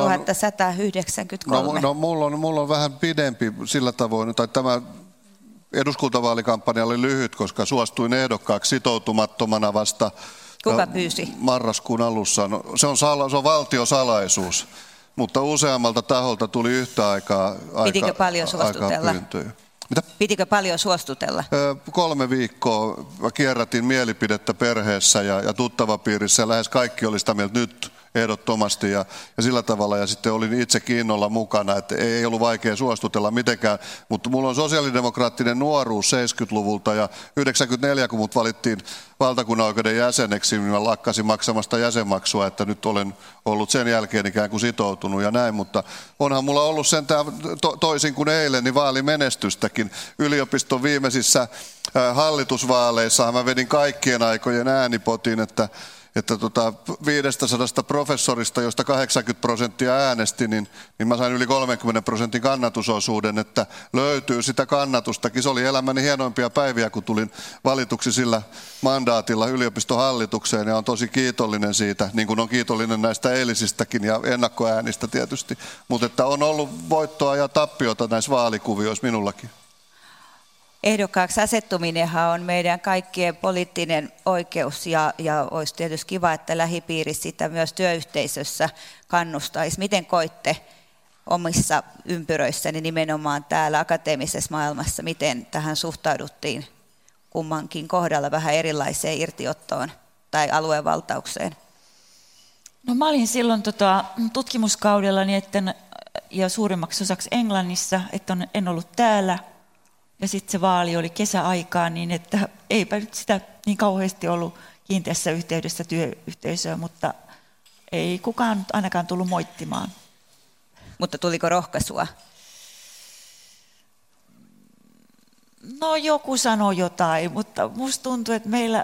2193. Mulla on vähän pidempi sillä tavoin, tai tämä eduskuntavaalikampanja oli lyhyt, koska suostuin ehdokkaaksi sitoutumattomana vasta Kuka pyysi? Marraskuun alussa. No, se on valtiosalaisuus, mutta useammalta taholta tuli yhtä aikaa Pitikö paljon suostutella? Pyyntöjä. Mitä? Pitikö paljon suostutella? 3 viikkoa kierrätin mielipidettä perheessä ja tuttavapiirissä ja lähes kaikki oli sitä mieltä nyt ehdottomasti ja sillä tavalla. Ja sitten olin itsekin innolla mukana, että ei ollut vaikea suostutella mitenkään. Mutta mulla on sosiaalidemokraattinen nuoruus 70-luvulta ja 94 kun mut valittiin valtakunnanoikeuden jäseneksi, niin mä lakkasin maksamasta jäsenmaksua, että nyt olen ollut sen jälkeen ikään kuin sitoutunut ja näin. Mutta onhan mulla ollut sentään toisin kuin eilen, niin vaalimenestystäkin. Yliopiston viimeisissä hallitusvaaleissa mä vedin kaikkien aikojen äänipotin, että 500 professorista, josta 80% äänesti, niin mä sain yli 30% kannatusosuuden, että löytyy sitä kannatustakin. Se oli elämäni hienoimpia päiviä, kun tulin valituksi sillä mandaatilla yliopiston hallitukseen ja on tosi kiitollinen siitä, niin kuin on kiitollinen näistä eilisistäkin ja ennakkoäänistä tietysti. Mutta että on ollut voittoa ja tappiota näissä vaalikuvioissa minullakin. Ehdokkaaksi asettuminenhan on meidän kaikkien poliittinen oikeus ja olisi tietysti kiva, että lähipiirissä sitä myös työyhteisössä kannustaisi. Miten koitte omissa ympyröissäni nimenomaan täällä akateemisessa maailmassa, miten tähän suhtauduttiin kummankin kohdalla vähän erilaiseen irtiottoon tai aluevaltaukseen? No mä olin silloin tutkimuskaudellani ja suurimmaksi osaksi Englannissa, että en ollut täällä. Ja sitten se vaali oli kesäaikaan, niin että eipä nyt sitä niin kauheasti ollut kiinteässä yhteydessä työyhteisöön, mutta ei kukaan nyt ainakaan tullut moittimaan. Mutta tuliko rohkaisua? No joku sanoi jotain, mutta musta tuntuu, että meillä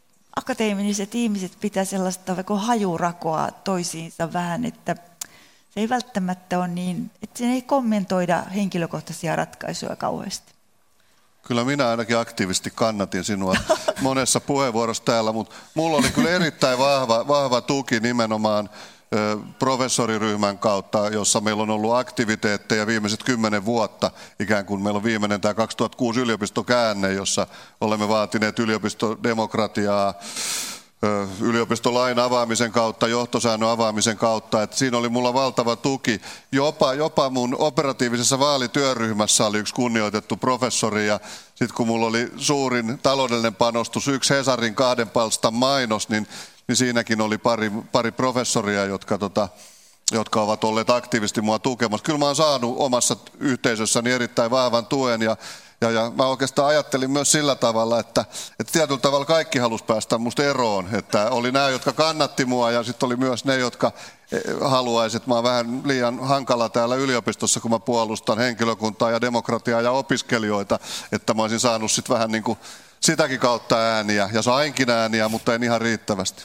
akateemiset ihmiset pitää sellaista hajurakoa toisiinsa vähän, että se ei välttämättä ole niin, että siinä ei kommentoida henkilökohtaisia ratkaisuja kauheasti. Kyllä minä ainakin aktiivisesti kannatin sinua monessa puheenvuorossa täällä, mutta mulla oli kyllä erittäin vahva tuki nimenomaan professoriryhmän kautta, jossa meillä on ollut aktiviteetteja viimeiset 10 vuotta. Ikään kuin meillä on viimeinen tämä 2006 yliopistokäänne, jossa olemme vaatineet yliopistodemokratiaa yliopistolain avaamisen kautta, johtosäännön avaamisen kautta. Että siinä oli mulla valtava tuki. Jopa mun operatiivisessa vaalityöryhmässä oli yksi kunnioitettu professori, ja sitten kun mulla oli suurin taloudellinen panostus, yksi Hesarin 2 palstan mainos, niin siinäkin oli pari professoria, jotka ovat olleet aktiivisesti mua tukemassa. Kyllä mä oon saanut omassa yhteisössäni erittäin vahvan tuen, ja mä oikeastaan ajattelin myös sillä tavalla, että tietyllä tavalla kaikki halusi päästä musta eroon. Että oli nämä, jotka kannatti mua, ja sitten oli myös ne, jotka haluaisivat, että mä oon vähän liian hankala täällä yliopistossa, kun mä puolustan henkilökuntaa ja demokratiaa ja opiskelijoita, että mä olisin saanut sitten vähän niin kuin sitäkin kautta ääniä, ja sainkin ääniä, mutta en ihan riittävästi.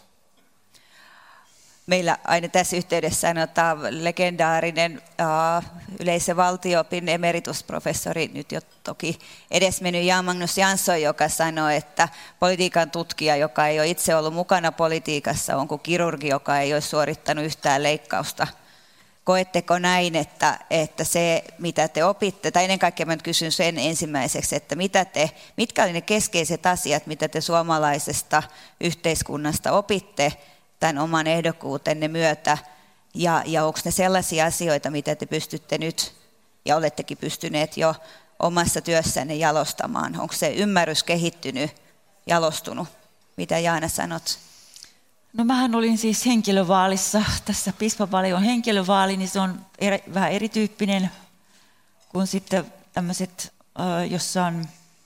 Meillä aina tässä yhteydessä sanotaan legendaarinen yleisen valtio-opin emeritusprofessori, nyt jo toki edesmennyt Jan Magnus Jansson, joka sanoi, että politiikan tutkija, joka ei ole itse ollut mukana politiikassa, on kuin kirurgi, joka ei ole suorittanut yhtään leikkausta. Koetteko näin, että se, mitä te opitte, tai ennen kaikkea mä nyt kysyn sen ensimmäiseksi, että mitkä oli ne keskeiset asiat, mitä te suomalaisesta yhteiskunnasta opitte tämän oman ehdokkuutenne myötä, ja onko ne sellaisia asioita, mitä te pystytte nyt, ja olettekin pystyneet jo omassa työssänne jalostamaan? Onko se ymmärrys kehittynyt, jalostunut? Mitä Jaana sanot? No mähän olin siis henkilövaalissa, tässä piispavaali on henkilövaali, niin se on vähän erityyppinen kuin sitten tämmöiset, jossa on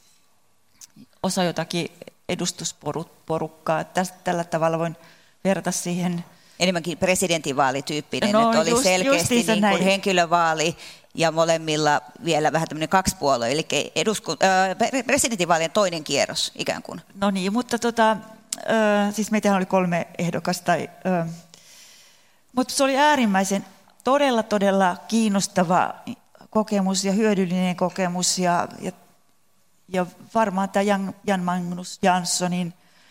osa jotakin edustusporukkaa. Tällä tavalla voin verrata siihen. Enemmänkin presidentinvaalityyppinen, että oli selkeästi niin kuin henkilövaali ja molemmilla vielä vähän tämmöinen kaksipuolue, eli presidentinvaalien toinen kierros ikään kuin. No niin, mutta siis meitähän oli 3 ehdokasta, mutta se oli äärimmäisen todella kiinnostava kokemus ja hyödyllinen kokemus, ja varmaan tämä Jan Magnus Janssonin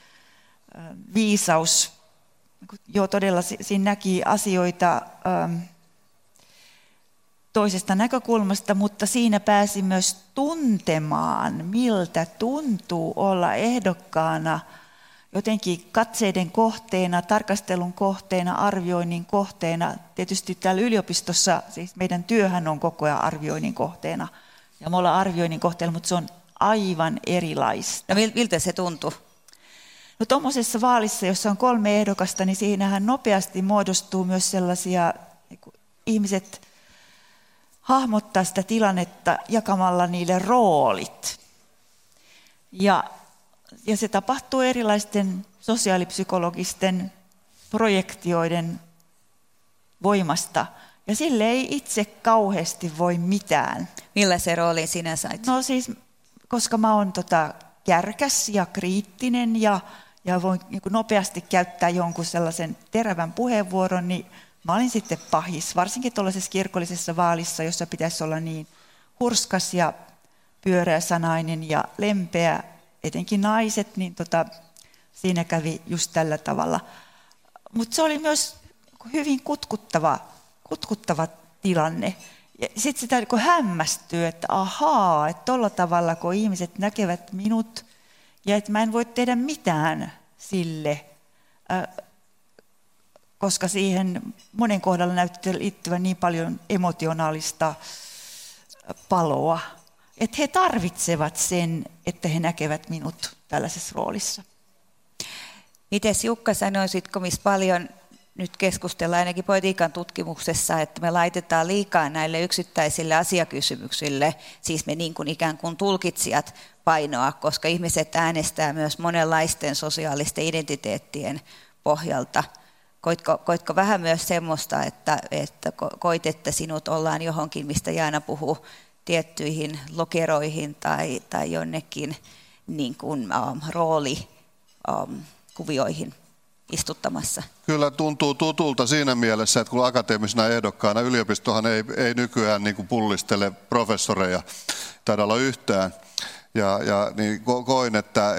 viisaus, joo todella siinä näki asioita toisesta näkökulmasta, mutta siinä pääsi myös tuntemaan, miltä tuntuu olla ehdokkaana, jotenkin katseiden kohteena, tarkastelun kohteena, arvioinnin kohteena. Tietysti täällä yliopistossa, siis meidän työhän on koko ajan arvioinnin kohteena, ja me ollaan arvioinnin kohteena, mutta se on aivan erilaista. No miltä se tuntuu? No tuommoisessa vaalissa, jossa on 3 ehdokasta, niin siinähän nopeasti muodostuu myös sellaisia, ihmiset hahmottaa sitä tilannetta jakamalla niille roolit. Ja se tapahtuu erilaisten sosiaalipsykologisten projektioiden voimasta. Ja sille ei itse kauheasti voi mitään. Millaisen roolin sinä sait? No siis, koska mä oon kärkäs ja kriittinen ja voin nopeasti käyttää jonkun sellaisen terävän puheenvuoron, niin mä olin sitten pahis. Varsinkin tuollaisessa kirkollisessa vaalissa, jossa pitäisi olla niin hurskas ja pyöreäsanainen ja lempeä, etenkin naiset, niin siinä kävi just tällä tavalla. Mutta se oli myös hyvin kutkuttava tilanne. Ja sitten sitä hämmästyy, että ahaa, että tuolla tavalla, kun ihmiset näkevät minut, ja että mä en voi tehdä mitään sille, koska siihen monen kohdalla näyttää liittyvän niin paljon emotionaalista paloa, että he tarvitsevat sen, että he näkevät minut tällaisessa roolissa. Mites Jukka, sanoisitko, missä paljon nyt keskustellaan ainakin politiikan tutkimuksessa, että me laitetaan liikaa näille yksittäisille asiakysymyksille, siis me niin kuin ikään kuin tulkitsijat painoa, koska ihmiset äänestää myös monenlaisten sosiaalisten identiteettien pohjalta. Koitko vähän myös semmoista, että koit, että sinut ollaan johonkin, mistä Jaana puhuu, tiettyihin lokeroihin tai jonnekin niin kuin, roolikuvioihin? istuttamassa? Kyllä tuntuu tutulta siinä mielessä, että kun akateemisena ehdokkaana yliopistohan ei nykyään niin kuin pullistele professoreja, taida olla yhtään. Ja niin koin, että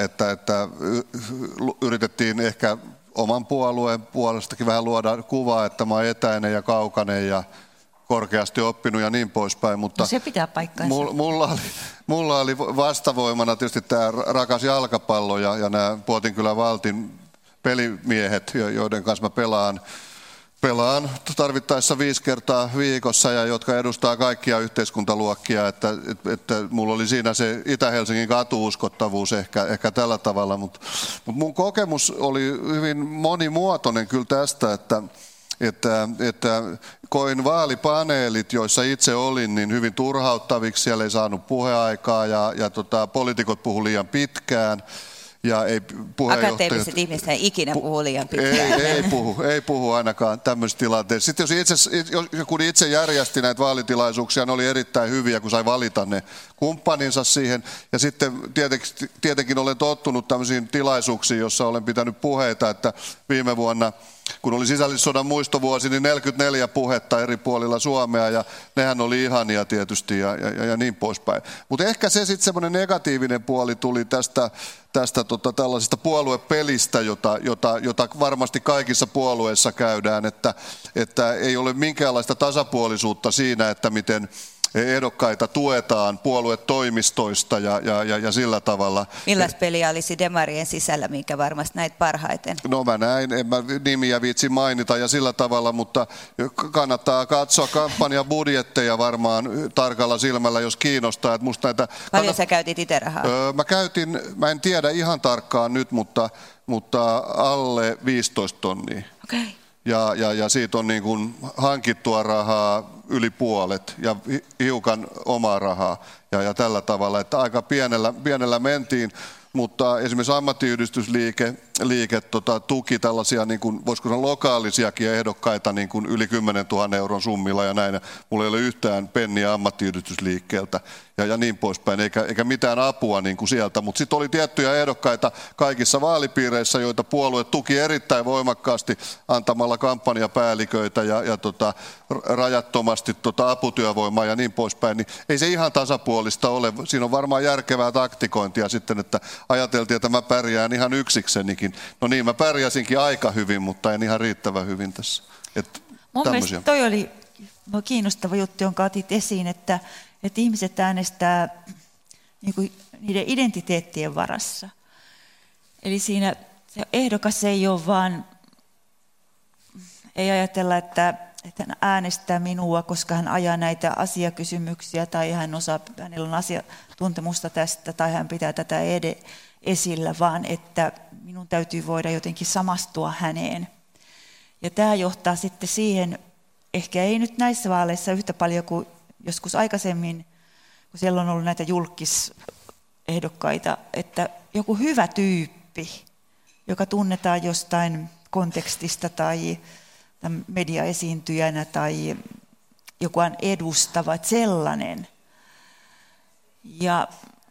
yritettiin ehkä oman puolueen puolestakin vähän luoda kuvaa, että mä oon etäinen ja kaukainen ja korkeasti oppinut ja niin poispäin. Mutta no se pitää paikkaansa. Mulla oli vastavoimana tietysti tämä rakas jalkapallo ja nämä Puotinkylän Valtin pelimiehet, joiden kanssa mä pelaan tarvittaessa 5 kertaa viikossa ja jotka edustaa kaikkia yhteiskuntaluokkia, että mulla oli siinä se Itä-Helsingin katuuskottavuus ehkä tällä tavalla, mutta mun kokemus oli hyvin monimuotoinen kyllä tästä, että koin vaalipaneelit, joissa itse olin, niin hyvin turhauttaviksi, siellä ei saanut puheaikaa ja poliitikot puhu liian pitkään. Ja ei akateemiset ihmiset ei ikinä puhu liian pitkään. Ei puhu ainakaan tämmöisessä tilanteessa. Sitten kun itse järjesti näitä vaalitilaisuuksia, ne oli erittäin hyviä, kun sai valita ne kumppaninsa siihen. Ja sitten tietenkin olen tottunut tämmöisiin tilaisuuksiin, jossa olen pitänyt puheita, että viime vuonna, kun oli sisällissodan muistovuosi, niin 44 puhetta eri puolilla Suomea, ja nehän oli ihania tietysti ja niin poispäin. Mutta ehkä se sitten semmoinen negatiivinen puoli tuli tästä tällaisesta puoluepelistä, jota varmasti kaikissa puolueissa käydään, että ei ole minkäänlaista tasapuolisuutta siinä, että miten ehdokkaita tuetaan puoluetoimistoista ja sillä tavalla. Milläs peliä olisi demarien sisällä, minkä varmasti näit parhaiten? No mä näin, en mä nimiä viitsi mainita ja sillä tavalla, mutta kannattaa katsoa kampanjabudjetteja varmaan tarkalla silmällä, jos kiinnostaa. Että musta paljon sä käytit itse rahaa? Mä en tiedä ihan tarkkaan nyt, mutta alle 15 tonnia. Okay. Ja siitä on niin kuin hankittua rahaa yli puolet ja hiukan omaa rahaa ja tällä tavalla, että aika pienellä mentiin, mutta esimerkiksi ammattiyhdistysliike tuki tällaisia, niin kuin, voisiko sanoa lokaalisiakin ehdokkaita niin kuin yli 10 000 euron summilla ja näin. Mulla ei ole yhtään penniä ammattiyhdistysliikkeeltä ja niin poispäin, eikä mitään apua niin kuin sieltä. Mutta sitten oli tiettyjä ehdokkaita kaikissa vaalipiireissä, joita puolue tuki erittäin voimakkaasti antamalla kampanjapäälliköitä ja rajattomasti aputyövoimaa ja niin poispäin. Niin ei se ihan tasapuolista ole. Siinä on varmaan järkevää taktikointia sitten, että ajateltiin, että mä pärjään ihan yksiksenikin. No niin, mä pärjäsinkin aika hyvin, mutta en ihan riittävän hyvin tässä. Mun mielestä toi oli kiinnostava juttu, jonka otit esiin, että ihmiset äänestää niiden identiteettien varassa. Eli siinä se ehdokas ei ole vaan, ei ajatella, että hän äänestää minua, koska hän ajaa näitä asiakysymyksiä tai hänellä on asiantuntemusta tästä tai hän pitää tätä esillä, vaan että minun täytyy voida jotenkin samastua häneen. Ja tämä johtaa sitten siihen, ehkä ei nyt näissä vaaleissa yhtä paljon kuin joskus aikaisemmin, kun siellä on ollut näitä julkisehdokkaita, että joku hyvä tyyppi, joka tunnetaan jostain kontekstista tai mediaesiintyjänä tai joku on edustava, sellainen. Ja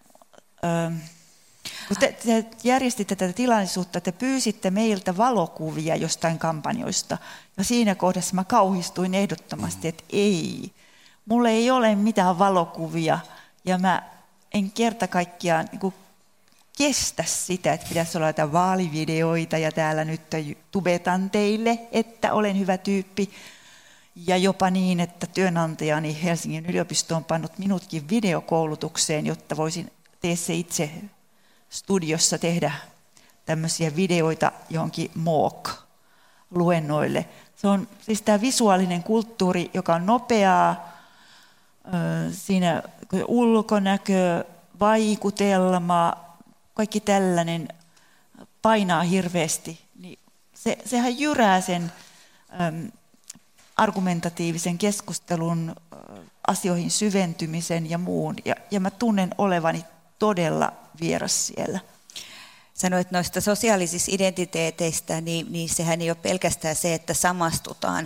kun te järjestitte tätä tilaisuutta, te pyysitte meiltä valokuvia jostain kampanjoista. Ja siinä kohdassa mä kauhistuin ehdottomasti, että ei. Mulla ei ole mitään valokuvia ja mä en kerta kaikkiaan kestä sitä, että pitäisi olla jotain vaalivideoita ja täällä nyt tubetan teille, että olen hyvä tyyppi. Ja jopa niin, että työnantajani Helsingin yliopisto on pannut minutkin videokoulutukseen, jotta voisin tehdä se itse studiossa tehdä tämmöisiä videoita johonkin MOOC-luennoille. Se on siis tämä visuaalinen kulttuuri, joka on nopeaa, siinä ulkonäkö, vaikutelma, kaikki tällainen painaa hirveästi. Niin sehän jyrää sen argumentatiivisen keskustelun, asioihin syventymisen ja muun. Ja mä tunnen olevani todella vieras siellä. Sanoit noista sosiaalisista identiteeteistä, niin sehän ei ole pelkästään se, että samastutaan,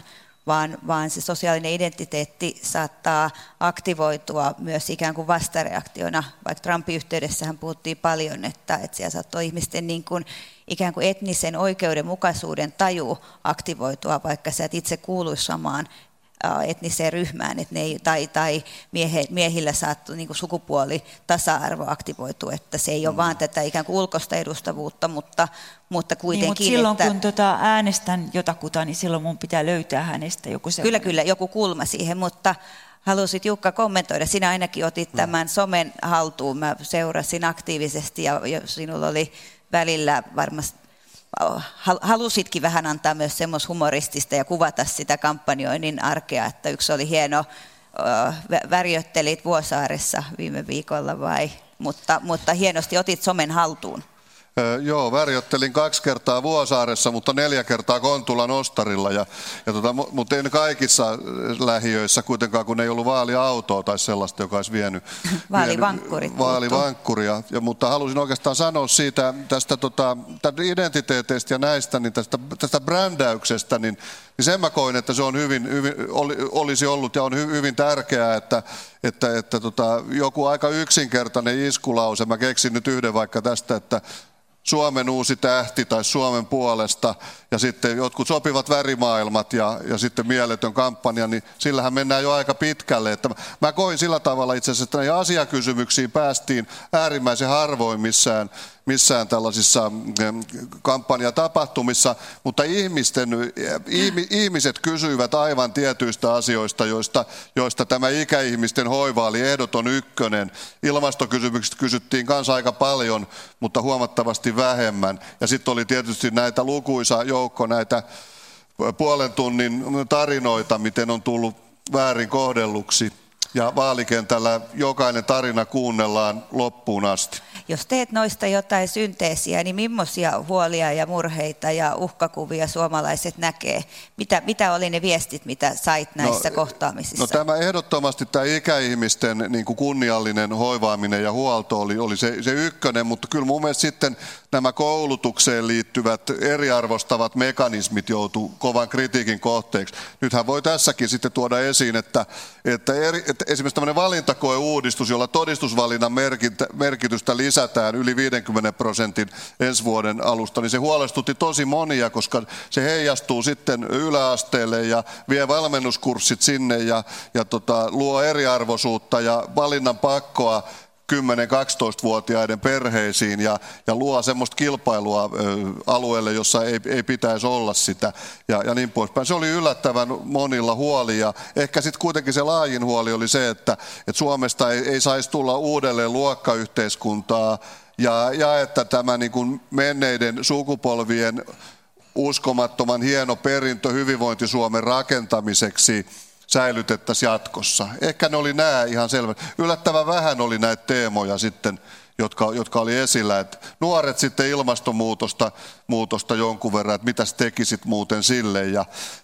vaan se sosiaalinen identiteetti saattaa aktivoitua myös ikään kuin vastareaktiona. Vaikka Trumpin yhteydessähän puhuttiin paljon, että siellä saattoi ihmisten niin kuin ikään kuin etnisen oikeudenmukaisuuden taju aktivoitua, vaikka sä et itse kuuluisi samaan etniseen ryhmään, että ne ei, tai miehillä saattu niin kuin sukupuolitasa-arvo aktivoitua, että se ei ole vaan tätä ikään kuin ulkoista edustavuutta, mutta kuitenkin. Niin, mutta silloin kun äänestän jotakuta, niin silloin mun pitää löytää hänestä joku sellainen. Kyllä, joku kulma siihen, mutta halusit Jukka kommentoida, sinä ainakin otit tämän somen haltuun, mä seurasin aktiivisesti ja sinulla oli välillä varmasti halusitkin vähän antaa myös semmoista humoristista ja kuvata sitä kampanjoinnin arkea, että yksi oli hieno, värjöttelit Vuosaaressa viime viikolla mutta hienosti otit somen haltuun. Joo, värjöttelin 2 kertaa Vuosaaressa, mutta 4 kertaa Kontulan Ostarilla, mutta en kaikissa lähiöissä kuitenkaan, kun ei ollut vaaliautoa tai sellaista, joka olisi vienyt vaalivankkuria. Mutta halusin oikeastaan sanoa siitä tästä identiteeteistä ja näistä, niin tästä brändäyksestä, niin sen mä koin, että se on olisi ollut ja on hyvin tärkeää, että joku aika yksinkertainen iskulause, mä keksin nyt yhden vaikka tästä, että Suomen uusi tähti tai Suomen puolesta ja sitten jotkut sopivat värimaailmat ja sitten mieletön kampanja, niin sillähän mennään jo aika pitkälle. Että mä koin sillä tavalla itse asiassa, että näihin asiakysymyksiin päästiin äärimmäisen harvoin missään tällaisissa kampanjatapahtumissa, mutta ihmiset kysyivät aivan tietyistä asioista, joista tämä ikäihmisten hoiva oli ehdoton ykkönen. Ilmastokysymykset kysyttiin kanssa aika paljon, mutta huomattavasti vähemmän. Ja sitten oli tietysti näitä lukuisa joukko näitä puolen tunnin tarinoita, miten on tullut väärin kohdelluksi. Ja vaalikentällä jokainen tarina kuunnellaan loppuun asti. Jos teet noista jotain synteesiä, niin millaisia huolia ja murheita ja uhkakuvia suomalaiset näkee? Mitä oli ne viestit, mitä sait näissä kohtaamisissa? No tämä ehdottomasti tämä ikäihmisten niin kuin kunniallinen hoivaaminen ja huolto oli se ykkönen, mutta kyllä mun mielestä sitten nämä koulutukseen liittyvät eriarvostavat mekanismit joutuu kovan kritiikin kohteeksi. Nythän voi tässäkin sitten tuoda esiin, että esimerkiksi tämmöinen valintakoeuudistus, jolla todistusvalinnan merkitystä lisätään yli 50% ensi vuoden alusta, niin se huolestutti tosi monia, koska se heijastuu sitten yläasteelle ja vie valmennuskurssit sinne ja luo eriarvoisuutta ja valinnan pakkoa 10-12-vuotiaiden perheisiin ja luo semmoista kilpailua alueelle, jossa ei pitäisi olla sitä ja niin poispäin. Se oli yllättävän monilla huoli ja ehkä sitten kuitenkin se laajin huoli oli se, että Suomesta ei saisi tulla uudelleen luokkayhteiskuntaa ja että tämä niin kuin menneiden sukupolvien uskomattoman hieno perintö hyvinvointi-Suomen rakentamiseksi säilytettäisiin jatkossa. Ehkä ne oli nämä ihan selvä. Yllättävän vähän oli näitä teemoja sitten, jotka oli esillä. Että nuoret sitten ilmastonmuutosta jonkun verran, että mitä tekisit muuten sille. Ja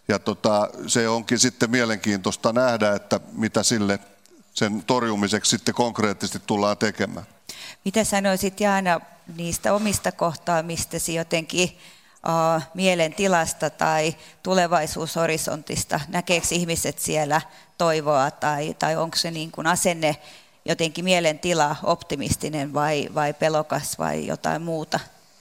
se onkin sitten mielenkiintoista nähdä, että mitä sille sen torjumiseksi sitten konkreettisesti tullaan tekemään. Mitä sanoisit Jaana niistä omista kohtaamistasi jotenkin mielentilasta tai tulevaisuushorisontista? Näkeekö ihmiset siellä toivoa tai onko se niin kuin asenne jotenkin mielentila optimistinen vai pelokas vai jotain muuta?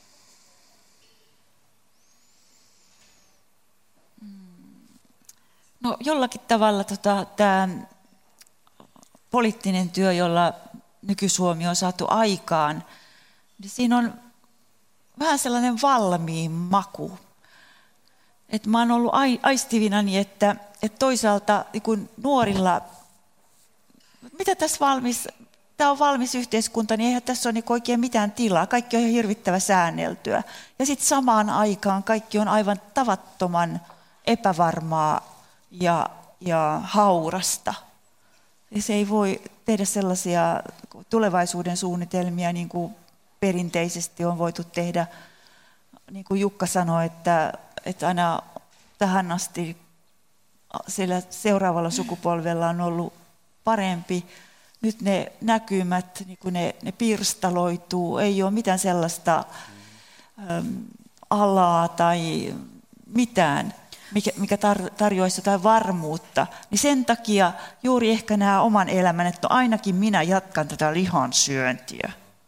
No jollakin tavalla tämä poliittinen työ, jolla nyky-Suomi on saatu aikaan, niin siinä on vähän sellainen valmiin maku. Et mä oon ollut aistivinani, että toisaalta niin nuorilla, mitä tässä tämä on valmis yhteiskunta, niin eihän tässä ole niin oikein mitään tilaa. Kaikki on hirvittävän säänneltyä. Ja sitten samaan aikaan kaikki on aivan tavattoman epävarmaa ja haurasta. Ja se ei voi tehdä sellaisia tulevaisuuden suunnitelmia niin kuin perinteisesti on voitu tehdä, niin kuin Jukka sanoi, että aina tähän asti sillä seuraavalla sukupolvella on ollut parempi. Nyt ne näkymät, niin kuin ne pirstaloituu, ei ole mitään sellaista alaa tai mitään. mikä tarjoaisi jotain varmuutta, niin sen takia juuri ehkä nämä oman elämän, että ainakin minä jatkan tätä lihansyöntiä.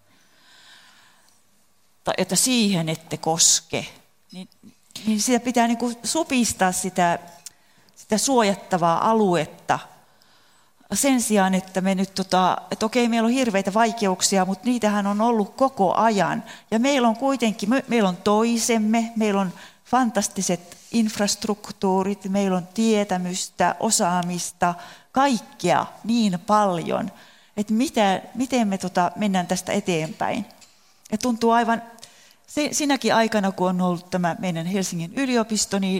Tai että siihen ette koske. Niin sitä pitää niin kuin supistaa sitä suojattavaa aluetta sen sijaan, että me nyt, että okei, meillä on hirveitä vaikeuksia, mutta niitähän on ollut koko ajan. Ja meillä on kuitenkin, meillä on toisemme, meillä on fantastiset infrastruktuurit, meillä on tietämystä, osaamista, kaikkea niin paljon, että miten me mennään tästä eteenpäin. Ja tuntuu aivan, sinäkin aikana, kun on ollut tämä meidän Helsingin yliopisto, niin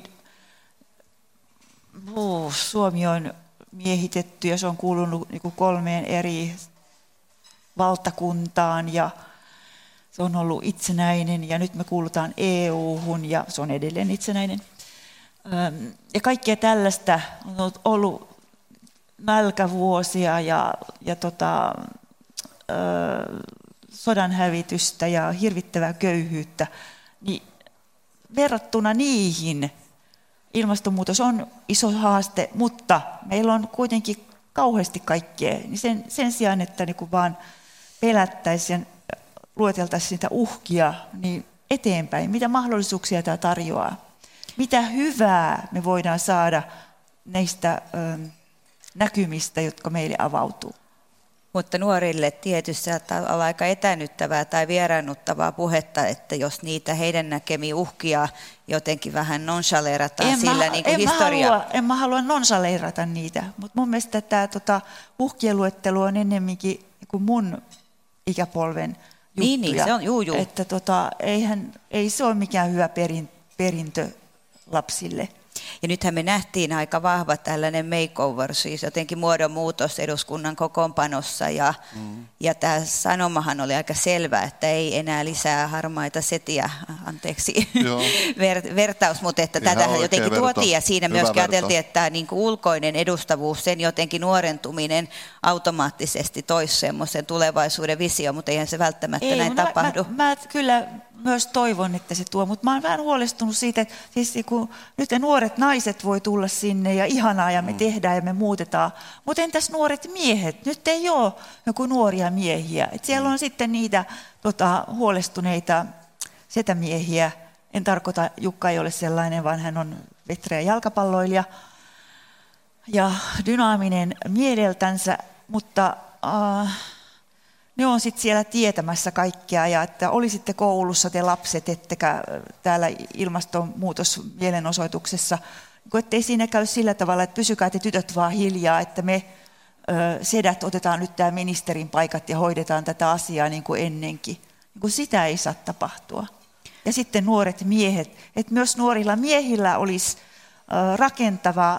Suomi on miehitetty ja se on kuulunut niin kuin 3 eri valtakuntaan ja se on ollut itsenäinen ja nyt me kuulutaan EU-hun ja se on edelleen itsenäinen. Ja kaikkea tällaista on ollut nälkävuosia ja sodan hävitystä ja hirvittävää köyhyyttä. Niin verrattuna niihin ilmastonmuutos on iso haaste, mutta meillä on kuitenkin kauheasti kaikkea. Niin sen sijaan, että niin kuin vaan pelättäisiin ja lueteltaisiin niitä uhkia, niin eteenpäin. Mitä mahdollisuuksia tämä tarjoaa? Mitä hyvää me voidaan saada näistä näkymistä, jotka meille avautuu? Mutta nuorille tietysti saattaa olla aika etänyttävää tai vieraannuttavaa puhetta, että jos niitä heidän näkemiä uhkia jotenkin vähän nonchaleerataan sillä niin kuin historia. En mä halua nonchaleerata niitä, mutta mun mielestä tämä uhkien luettelu on ennemminkin kuin mun ikäpolven juttuja. Niin, se on, juu. Että ei se ole mikään hyvä perintö lapsille. Ja nythän me nähtiin aika vahva tällainen makeover, siis jotenkin muodonmuutos eduskunnan kokoonpanossa. Ja tämä sanomahan oli aika selvä, että ei enää lisää harmaita setiä, anteeksi vertaus, mutta että tätähän jotenkin tuotiin. Ja siinä myöskin ajateltiin, että tämä niin kuin ulkoinen edustavuus, sen jotenkin nuorentuminen automaattisesti toisi semmoisen tulevaisuuden visio, mutta eihän se välttämättä näin tapahdu. Mä kyllä myös toivon, että se tuo, mutta mä oon vähän huolestunut siitä, että siis kun nyt ne nuoret naiset voi tulla sinne ja ihanaa ja me tehdään ja me muutetaan, mutta entäs nuoret miehet? Nyt ei ole joku nuoria miehiä. Et siellä on sitten niitä huolestuneita setämiehiä. En tarkoita, Jukka ei ole sellainen, vaan hän on vetreä jalkapalloilija ja dynaaminen mieleltänsä, mutta ne on sitten siellä tietämässä kaikkea ja että olisitte koulussa te lapset, ettekä täällä ilmastonmuutosmielenosoituksessa, ettei siinä käy sillä tavalla, että pysykää te tytöt vaan hiljaa, että me sedät otetaan nyt tämä ministerin paikat ja hoidetaan tätä asiaa niin kuin ennenkin. Niin kuin sitä ei saa tapahtua. Ja sitten nuoret miehet, että myös nuorilla miehillä olisi rakentava,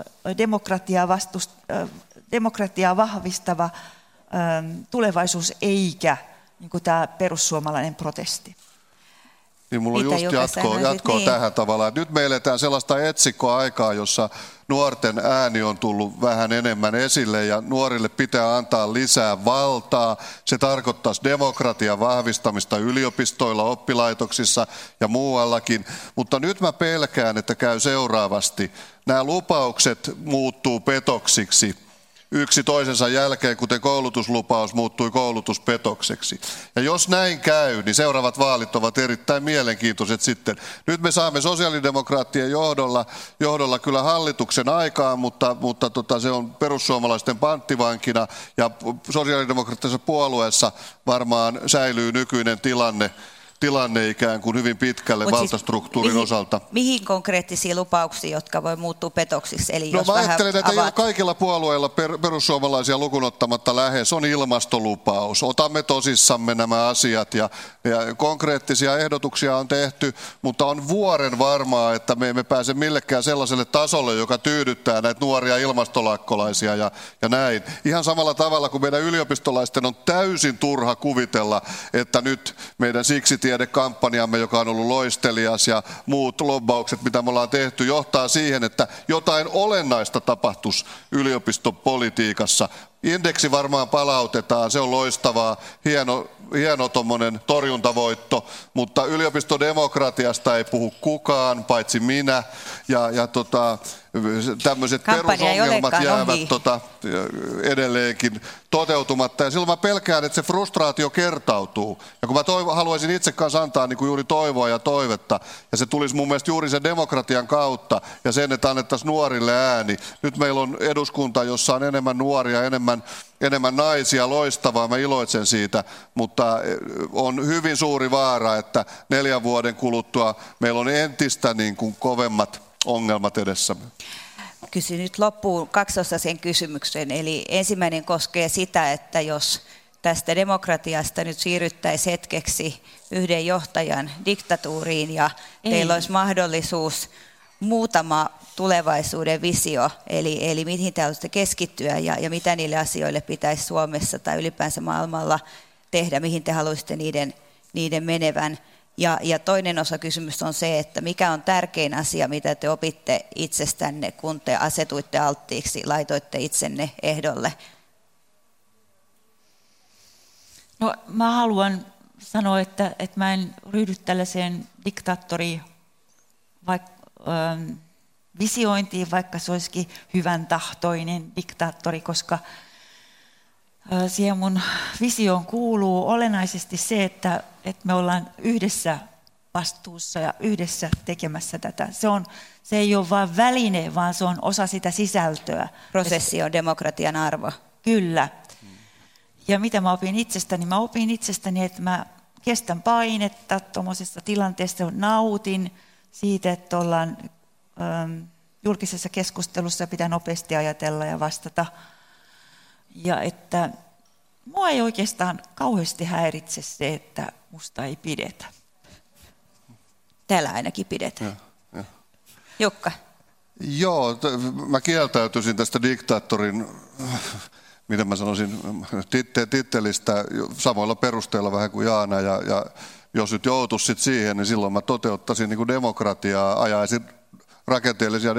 demokratiaa vahvistava tulevaisuus eikä niin kuin tämä perussuomalainen protesti. Niin mulla on just jatkoa niin tähän tavallaan. Nyt me eletään sellaista etsikkoaikaa, jossa nuorten ääni on tullut vähän enemmän esille ja nuorille pitää antaa lisää valtaa. Se tarkoittaisi demokratian vahvistamista yliopistoilla, oppilaitoksissa ja muuallakin. Mutta nyt mä pelkään, että käy seuraavasti. Nämä lupaukset muuttuu petoksiksi. Yksi toisensa jälkeen, kuten koulutuslupaus muuttui koulutuspetokseksi. Ja jos näin käy, niin seuraavat vaalit ovat erittäin mielenkiintoiset sitten. Nyt me saamme sosiaalidemokraattien johdolla kyllä hallituksen aikaan, mutta se on perussuomalaisten panttivankina ja sosiaalidemokraattisessa puolueessa varmaan säilyy nykyinen tilanne ikään kuin hyvin pitkälle valtastruktuurin osalta. Mihin konkreettisia lupauksia, jotka voi muuttua petoksiksi? Eli mä ajattelen, että kaikilla puolueilla perussuomalaisia lukunottamatta lähes on ilmastolupaus. Otamme tosissamme nämä asiat ja konkreettisia ehdotuksia on tehty, mutta on vuoren varmaa, että me emme pääse millekään sellaiselle tasolle, joka tyydyttää näitä nuoria ilmastolakkolaisia ja näin. Ihan samalla tavalla kuin meidän yliopistolaisten on täysin turha kuvitella, että nyt meidän kampanjamme, joka on ollut loistelias ja muut lobbaukset, mitä me ollaan tehty, johtaa siihen, että jotain olennaista tapahtuisi yliopistopolitiikassa. Indeksi varmaan palautetaan, se on loistavaa, hieno tommonen torjuntavoitto, mutta yliopistodemokratiasta ei puhu kukaan, paitsi minä, ja tämmöiset perusongelmat jäävät edelleenkin toteutumatta. Ja silloin mä pelkään, että se frustraatio kertautuu. Ja kun mä haluaisin itse kanssa antaa niin kuin juuri toivoa ja toivetta, ja se tulisi mun mielestä juuri sen demokratian kautta, ja sen, että annettaisiin nuorille ääni. Nyt meillä on eduskunta, jossa on enemmän nuoria, enemmän naisia, loistavaa, mä iloitsen siitä, mutta on hyvin suuri vaara, että 4 vuoden kuluttua meillä on entistä niin kuin kovemmat ongelmat edessämme. Kysyn nyt loppuun kaksiosaisen kysymyksen. Eli ensimmäinen koskee sitä, että jos tästä demokratiasta nyt siirryttäisiin hetkeksi yhden johtajan diktatuuriin ja teillä olisi mahdollisuus muutama tulevaisuuden visio, eli mihin te haluaisitte keskittyä ja mitä niille asioille pitäisi Suomessa tai ylipäänsä maailmalla tehdä, mihin te haluaisitte niiden menevän. Ja toinen osa kysymys on se, että mikä on tärkein asia, mitä te opitte itsestänne, kun te asetuitte alttiiksi, laitoitte itsenne ehdolle? No, mä haluan sanoa, että mä en ryhdy tällaiseen diktaattoriin visiointiin, vaikka se olisikin hyvän tahtoinen diktaattori, koska siihen mun visioon kuuluu olennaisesti se, että me ollaan yhdessä vastuussa ja yhdessä tekemässä tätä. Se ei ole vain väline, vaan se on osa sitä sisältöä. Prosessi on demokratian arvo. Kyllä. Ja mitä mä opin itsestäni? Mä opin itsestäni, että mä kestän painetta tuommoisessa tilanteessa, nautin siitä, että ollaan julkisessa keskustelussa pitää nopeasti ajatella ja vastata. Ja että mua ei oikeastaan kauheasti häiritse se, että musta ei pidetä. Täällä ainakin pidetään. Ja. Jukka. Joo, mä kieltäytyisin tästä diktaattorin, mitä mä sanoisin, tittelistä samoilla perusteilla vähän kuin Jaana. Ja jos nyt joutuisi sit siihen, niin silloin mä toteuttaisin niin kuin demokratiaa, ajaisin rakenteellisia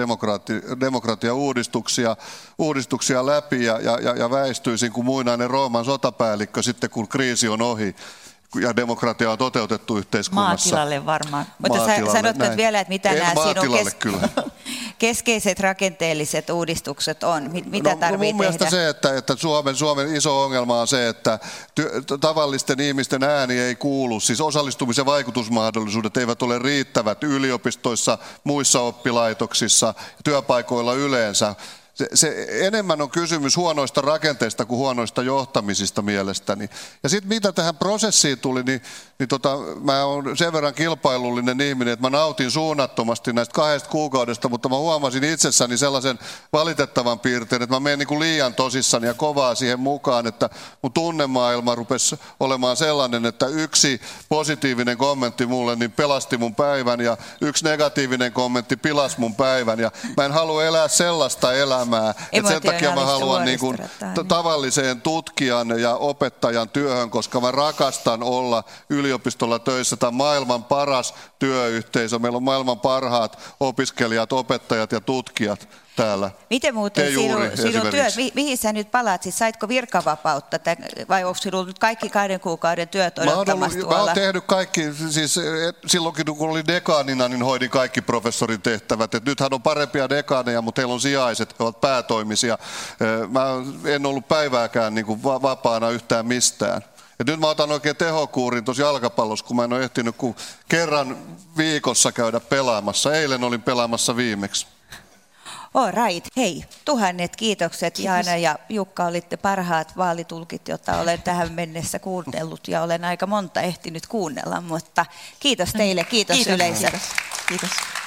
demokratiauudistuksia läpi ja väistyisin kuin muinainen Rooman sotapäällikkö sitten, kun kriisi on ohi ja demokratia on toteutettu yhteiskunnassa. Maatilalle varmaan. Mutta sanotko vielä, että mitä nämä sinun keskeiset rakenteelliset uudistukset on? Mitä tarvitsee mun mielestä se, että Suomen iso ongelma on se, että tavallisten ihmisten ääni ei kuulu. Siis osallistumisen vaikutusmahdollisuudet eivät ole riittävät yliopistoissa, muissa oppilaitoksissa, työpaikoilla yleensä. Se enemmän on kysymys huonoista rakenteista kuin huonoista johtamisista mielestäni. Ja sitten mitä tähän prosessiin tuli, niin mä oon sen verran kilpailullinen ihminen, että mä nautin suunnattomasti näistä 2 kuukaudesta, mutta mä huomasin itsessäni sellaisen valitettavan piirteen, että mä menen niin kuin liian tosissani ja kovaa siihen mukaan, että mun tunnemaailma rupesi olemaan sellainen, että yksi positiivinen kommentti mulle niin pelasti mun päivän ja yksi negatiivinen kommentti pilasi mun päivän ja mä en halua elää sellaista elämää. Sen takia mä haluan niin kuin tavalliseen tutkijan ja opettajan työhön, koska mä rakastan olla yliopistolla töissä. Tämä on maailman paras työyhteisö. Meillä on maailman parhaat opiskelijat, opettajat ja tutkijat täällä. Miten muuten sinun työt, mihin sä nyt palaat? Siis saitko virkavapautta vai onko sinulla nyt kaikki 2 kuukauden työt odottamassa tuolla? Mä oon tehnyt kaikki, siis silloinkin kun olin dekaanina, niin hoidin kaikki professorin tehtävät. Et nythän on parempia dekaaneja, mutta heillä on sijaiset, he ovat päätoimisia. Mä en ollut päivääkään niin kuin vapaana yhtään mistään. Ja nyt mä otan oikein tehokuurin tuossa jalkapallossa, kun mä en ole ehtinyt kuin kerran viikossa käydä pelaamassa. Eilen olin pelaamassa viimeksi. All right. Hei, 1000 kiitokset. Kiitos. Jaana ja Jukka, olitte parhaat vaalitulkit, joita olen tähän mennessä kuunnellut ja olen aika monta ehtinyt kuunnella, mutta kiitos teille, kiitos yleisö. Kiitos.